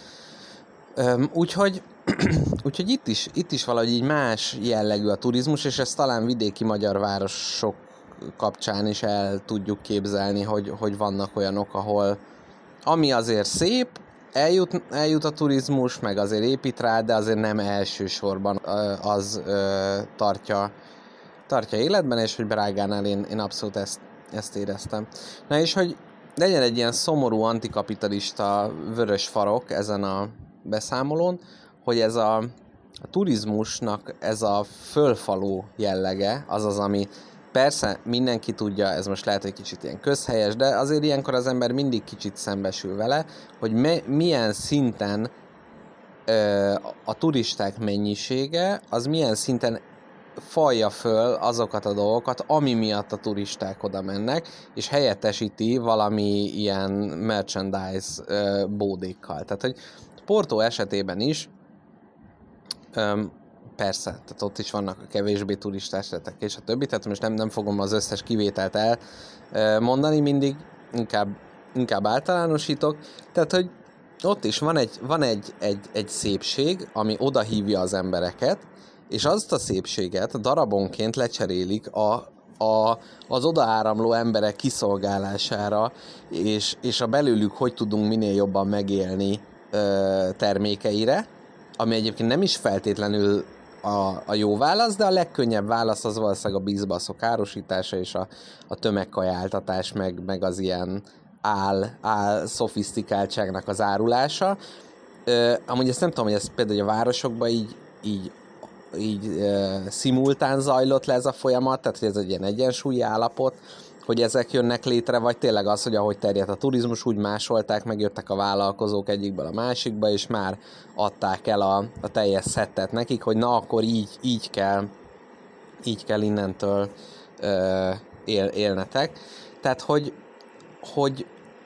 Úgyhogy, úgyhogy itt is, itt is valahogy így más jellegű a turizmus, és ezt talán vidéki magyar városok kapcsán is el tudjuk képzelni, hogy, hogy vannak olyanok, ahol ami azért szép, Eljut, eljut a turizmus, meg azért épít rá, de azért nem elsősorban az ö, tartja, tartja életben, és hogy Brágánál én, én abszolút ezt, ezt éreztem. Na és hogy legyen egy ilyen szomorú antikapitalista vörös farok ezen a beszámolón, hogy ez a, a turizmusnak ez a fölfaló jellege, az az, ami persze mindenki tudja, ez most lehet, hogy kicsit ilyen közhelyes, de azért ilyenkor az ember mindig kicsit szembesül vele, hogy me- milyen szinten ö, a turisták mennyisége, az milyen szinten falja föl azokat a dolgokat, ami miatt a turisták oda mennek, és helyettesíti valami ilyen merchandise ö, bódékkal. Tehát, hogy Porto esetében is ö, persze, tehát ott is vannak a kevésbé turistás területek, és a többi, tehát most nem, nem fogom az összes kivételt elmondani, mindig inkább, inkább általánosítok, tehát, hogy ott is van egy, van egy, egy, egy szépség, ami oda hívja az embereket, és azt a szépséget darabonként lecserélik a, a, az odaáramló emberek kiszolgálására, és, és a belőlük hogy tudunk minél jobban megélni ö, termékeire, ami egyébként nem is feltétlenül a, a jó válasz, de a legkönnyebb válasz az valószínűleg a bízbaszok árusítása és a, a tömegkajáltatás, meg, meg az ilyen áll, áll szofisztikáltságnak az árulása. Ö, amúgy ezt nem tudom, hogy ez például a városokban így, így, így ö, szimultán zajlott le ez a folyamat, tehát hogy ez egy ilyen egyensúlyi állapot, hogy ezek jönnek létre, vagy tényleg az, hogy ahogy terjedt a turizmus, úgy másolták, megjöttek a vállalkozók egyikből a másikba, és már adták el a, a teljes szettet nekik, hogy na akkor így, így kell, így kell innentől ö, él, élnetek. Tehát, hogy, hogy,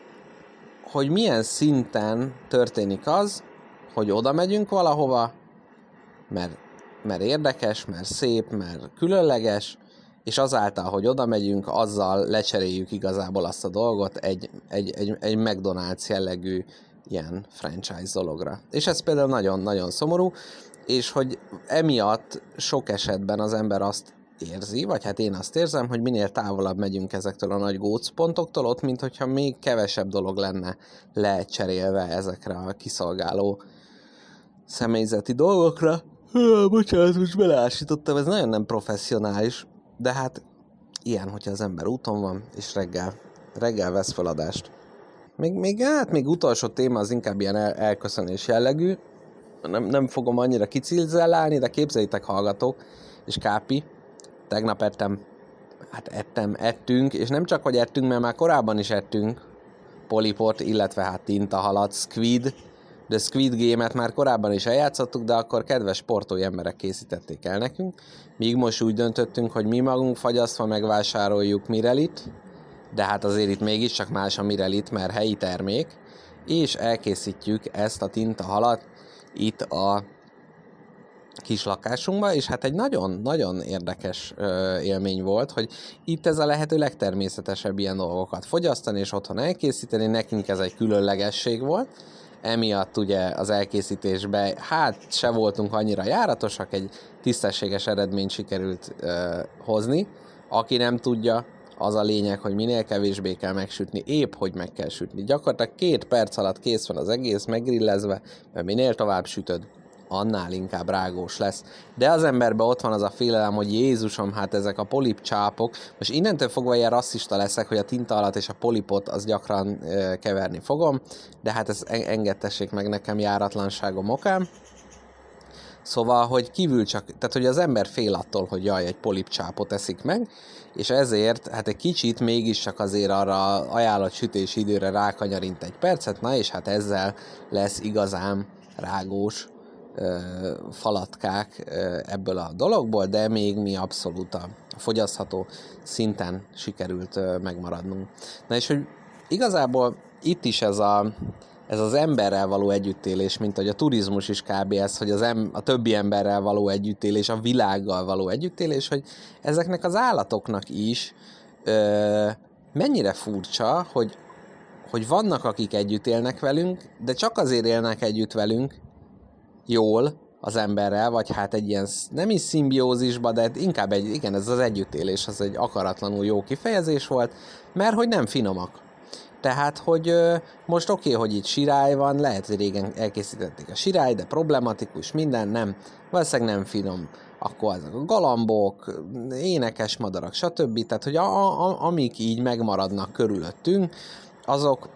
hogy milyen szinten történik az, hogy oda megyünk valahova, mert, mert érdekes, mert szép, mert különleges, és azáltal, hogy oda megyünk, azzal lecseréljük igazából azt a dolgot egy, egy, egy, egy McDonald's jellegű ilyen franchise dologra. És ez például nagyon-nagyon szomorú, és hogy emiatt sok esetben az ember azt érzi, vagy hát én azt érzem, hogy minél távolabb megyünk ezektől a nagy gócpontoktól, ott, mint hogyha még kevesebb dolog lenne lecserélve ezekre a kiszolgáló személyzeti dolgokra. Há, bocsánat, most beleásítottam, ez nagyon nem professzionális, de hát ilyen, hogyha az ember úton van, és reggel, reggel vesz feladást. Még, még, hát még utolsó téma az inkább ilyen el, elköszönés jellegű. Nem, nem fogom annyira kicilzellálni, de képzeljétek, hallgatók, és Kápi, tegnap ettem, hát ettem, ettünk, és nem csak, hogy ettünk, mert már korábban is ettünk polipot, illetve hát tintahalat, squid, The Squid Game-et már korábban is eljátszottuk, de akkor kedves sportoló emberek készítették el nekünk. Míg most úgy döntöttünk, hogy mi magunk fagyasztva megvásároljuk Mirelit, de hát azért itt mégiscsak más a Mirelit, mert helyi termék, és elkészítjük ezt a tintahalat itt a kis lakásunkba, és hát egy nagyon-nagyon érdekes ö, élmény volt, hogy itt ez a lehető legtermészetesebb ilyen dolgokat fogyasztani, és otthon elkészíteni, nekünk ez egy különlegesség volt, emiatt ugye az elkészítésben hát se voltunk annyira járatosak, egy tisztességes eredményt sikerült ö, hozni, aki nem tudja, az a lényeg, hogy minél kevésbé kell megsütni, épp hogy meg kell sütni. Gyakorlatilag két perc alatt kész van az egész meggrillezve, mert minél tovább sütöd, annál inkább rágós lesz. De az emberben ott van az a félelem, hogy Jézusom, hát ezek a polipcsápok. Most innentől fogva ilyen rasszista leszek, hogy a tintahalat és a polipot az gyakran e, keverni fogom, de hát ezt engedtessék meg nekem járatlanságom okán. Szóval, hogy kívül csak, tehát hogy az ember fél attól, hogy jaj, egy polipcsápot eszik meg, és ezért hát egy kicsit mégiscsak azért arra ajánlott sütési időre rákanyarint egy percet, na és hát ezzel lesz igazán rágós ö, falatkák ö, ebből a dologból, de még mi abszolút a fogyasztható szinten sikerült ö, megmaradnunk. Na és hogy igazából itt is ez a ez az emberrel való együttélés, mint hogy a turizmus is kb. Ez, hogy az em- a többi emberrel való együttélés, a világgal való együttélés, hogy ezeknek az állatoknak is ö, mennyire furcsa, hogy, hogy vannak, akik együtt élnek velünk, de csak azért élnek együtt velünk jól az emberrel, vagy hát egy ilyen nem is szimbiózisba, de inkább egy, igen, ez az együttélés, az egy akaratlanul jó kifejezés volt, mert hogy nem finomak. Tehát, hogy ö, most oké, okay, hogy itt sirály van, lehet, hogy régen elkészítették a sirály, de problematikus, minden, nem, valószínűleg nem finom. Akkor ezek a galambok, énekes madarak, stb. Tehát, hogy a, a, amik így megmaradnak körülöttünk, azok,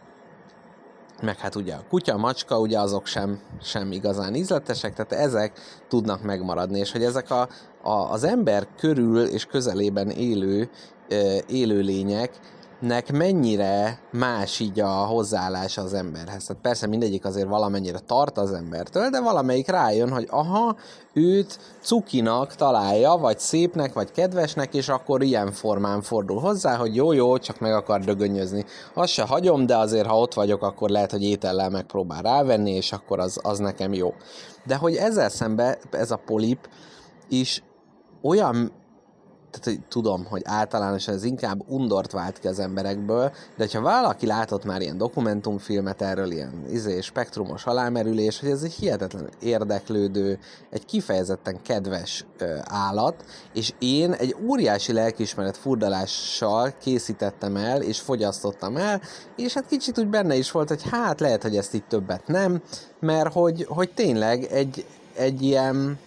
meg hát ugye a kutya, a macska, ugye azok sem, sem igazán ízletesek, tehát ezek tudnak megmaradni, és hogy ezek a, a, az ember körül és közelében élő ö, élőlények, nek mennyire más így a hozzáállása az emberhez. Tehát persze mindegyik azért valamennyire tart az embertől, de valamelyik rájön, hogy aha, őt cukinak találja, vagy szépnek, vagy kedvesnek, és akkor ilyen formán fordul hozzá, hogy jó-jó, csak meg akar dögönyözni. Azt se hagyom, de azért, ha ott vagyok, akkor lehet, hogy étellel megpróbál rávenni, és akkor az, az nekem jó. De hogy ezzel szemben ez a polip is olyan, tehát hogy tudom, hogy általánosan ez inkább undort vált ki az emberekből, de ha valaki látott már ilyen dokumentumfilmet erről, ilyen izé, spektrumos alámerülés, hogy ez egy hihetetlen érdeklődő, egy kifejezetten kedves ö, állat, és én egy óriási lelkiismeret furdalással készítettem el, és fogyasztottam el, és hát kicsit úgy benne is volt, hogy hát lehet, hogy ezt így többet nem, mert hogy, hogy tényleg egy, egy ilyen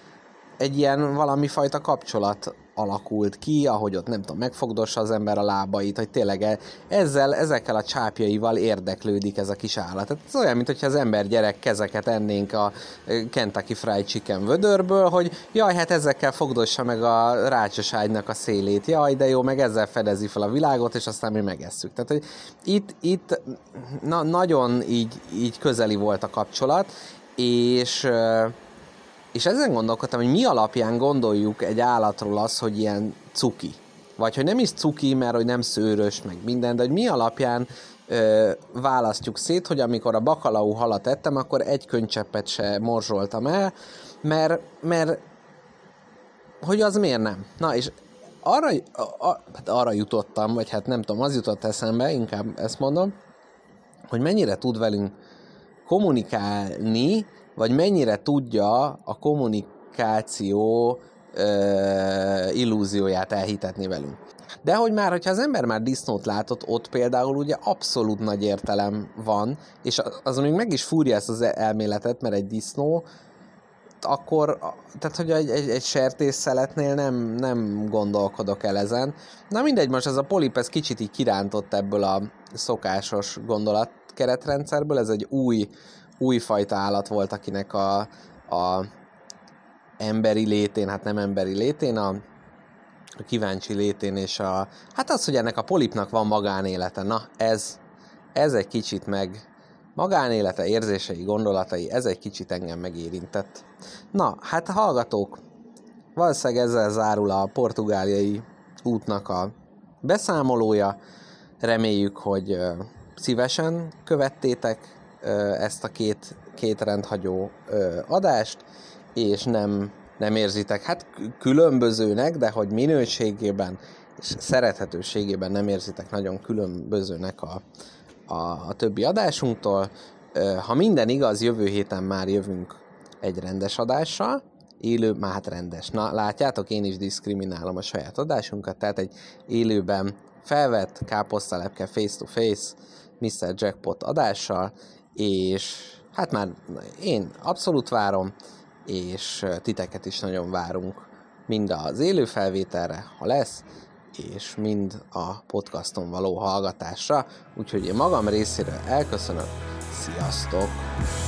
egy ilyen valami fajta kapcsolat alakult ki, ahogy ott nem tudom, megfogdossa az ember a lábait, hogy tényleg ezzel, ezekkel a csápjaival érdeklődik ez a kis állat. Tehát ez olyan, mintha az ember gyerek kezeket ennénk a Kentucky Fried Chicken vödörből, hogy jaj, hát ezekkel fogdossa meg a rácsos ágynak a szélét, jaj, de jó, meg ezzel fedezi fel a világot, és aztán mi megesszük. Tehát, hogy itt, itt na, nagyon így, így közeli volt a kapcsolat, és És ezen gondolkodtam, hogy mi alapján gondoljuk egy állatról az, hogy ilyen cuki. Vagy hogy nem is cuki, mert hogy nem szőrös, meg minden, de hogy mi alapján ö, választjuk szét, hogy amikor a bakalau halat ettem, akkor egy könycseppet se morzsoltam el, mert, mert hogy az miért nem? Na, és arra, a, a, hát arra jutottam, vagy hát nem tudom, az jutott eszembe, inkább ezt mondom, hogy mennyire tud velünk kommunikálni, vagy mennyire tudja a kommunikáció ö, illúzióját elhitetni velünk. De hogy már, hogyha az ember már disznót látott, ott például ugye abszolút nagy értelem van, és az még meg is fúrja ezt az elméletet, mert egy disznó, akkor, tehát hogy egy, egy, egy sertésszeletnél nem, nem gondolkodok el ezen. Na mindegy, most ez a polip, ez kicsit így kirántott ebből a szokásos gondolatkeretrendszerből, ez egy új újfajta állat volt, akinek a, a emberi létén, hát nem emberi létén, a, a kíváncsi létén, és a, hát az, hogy ennek a polipnak van magánélete, na ez, ez egy kicsit meg, magánélete, érzései, gondolatai, ez egy kicsit engem megérintett. Na, hát hallgatók, valószínűleg ezzel zárul a portugáliai útnak a beszámolója. Reméljük, hogy uh, szívesen követtétek uh, ezt a két, két rendhagyó uh, adást, és nem, nem érzitek, hát különbözőnek, de hogy minőségében és szerethetőségében nem érzitek nagyon különbözőnek a, a, a többi adásunktól. Uh, ha minden igaz, jövő héten már jövünk egy rendes adással, élő, már hát rendes. Na, látjátok, én is diszkriminálom a saját adásunkat, tehát egy élőben felvett káposztalepke face-to-face miszter Jackpot adással, és hát már én abszolút várom, és titeket is nagyon várunk mind az élő felvételre, ha lesz, és mind a podcaston való hallgatásra, úgyhogy én magam részéről elköszönök, sziasztok!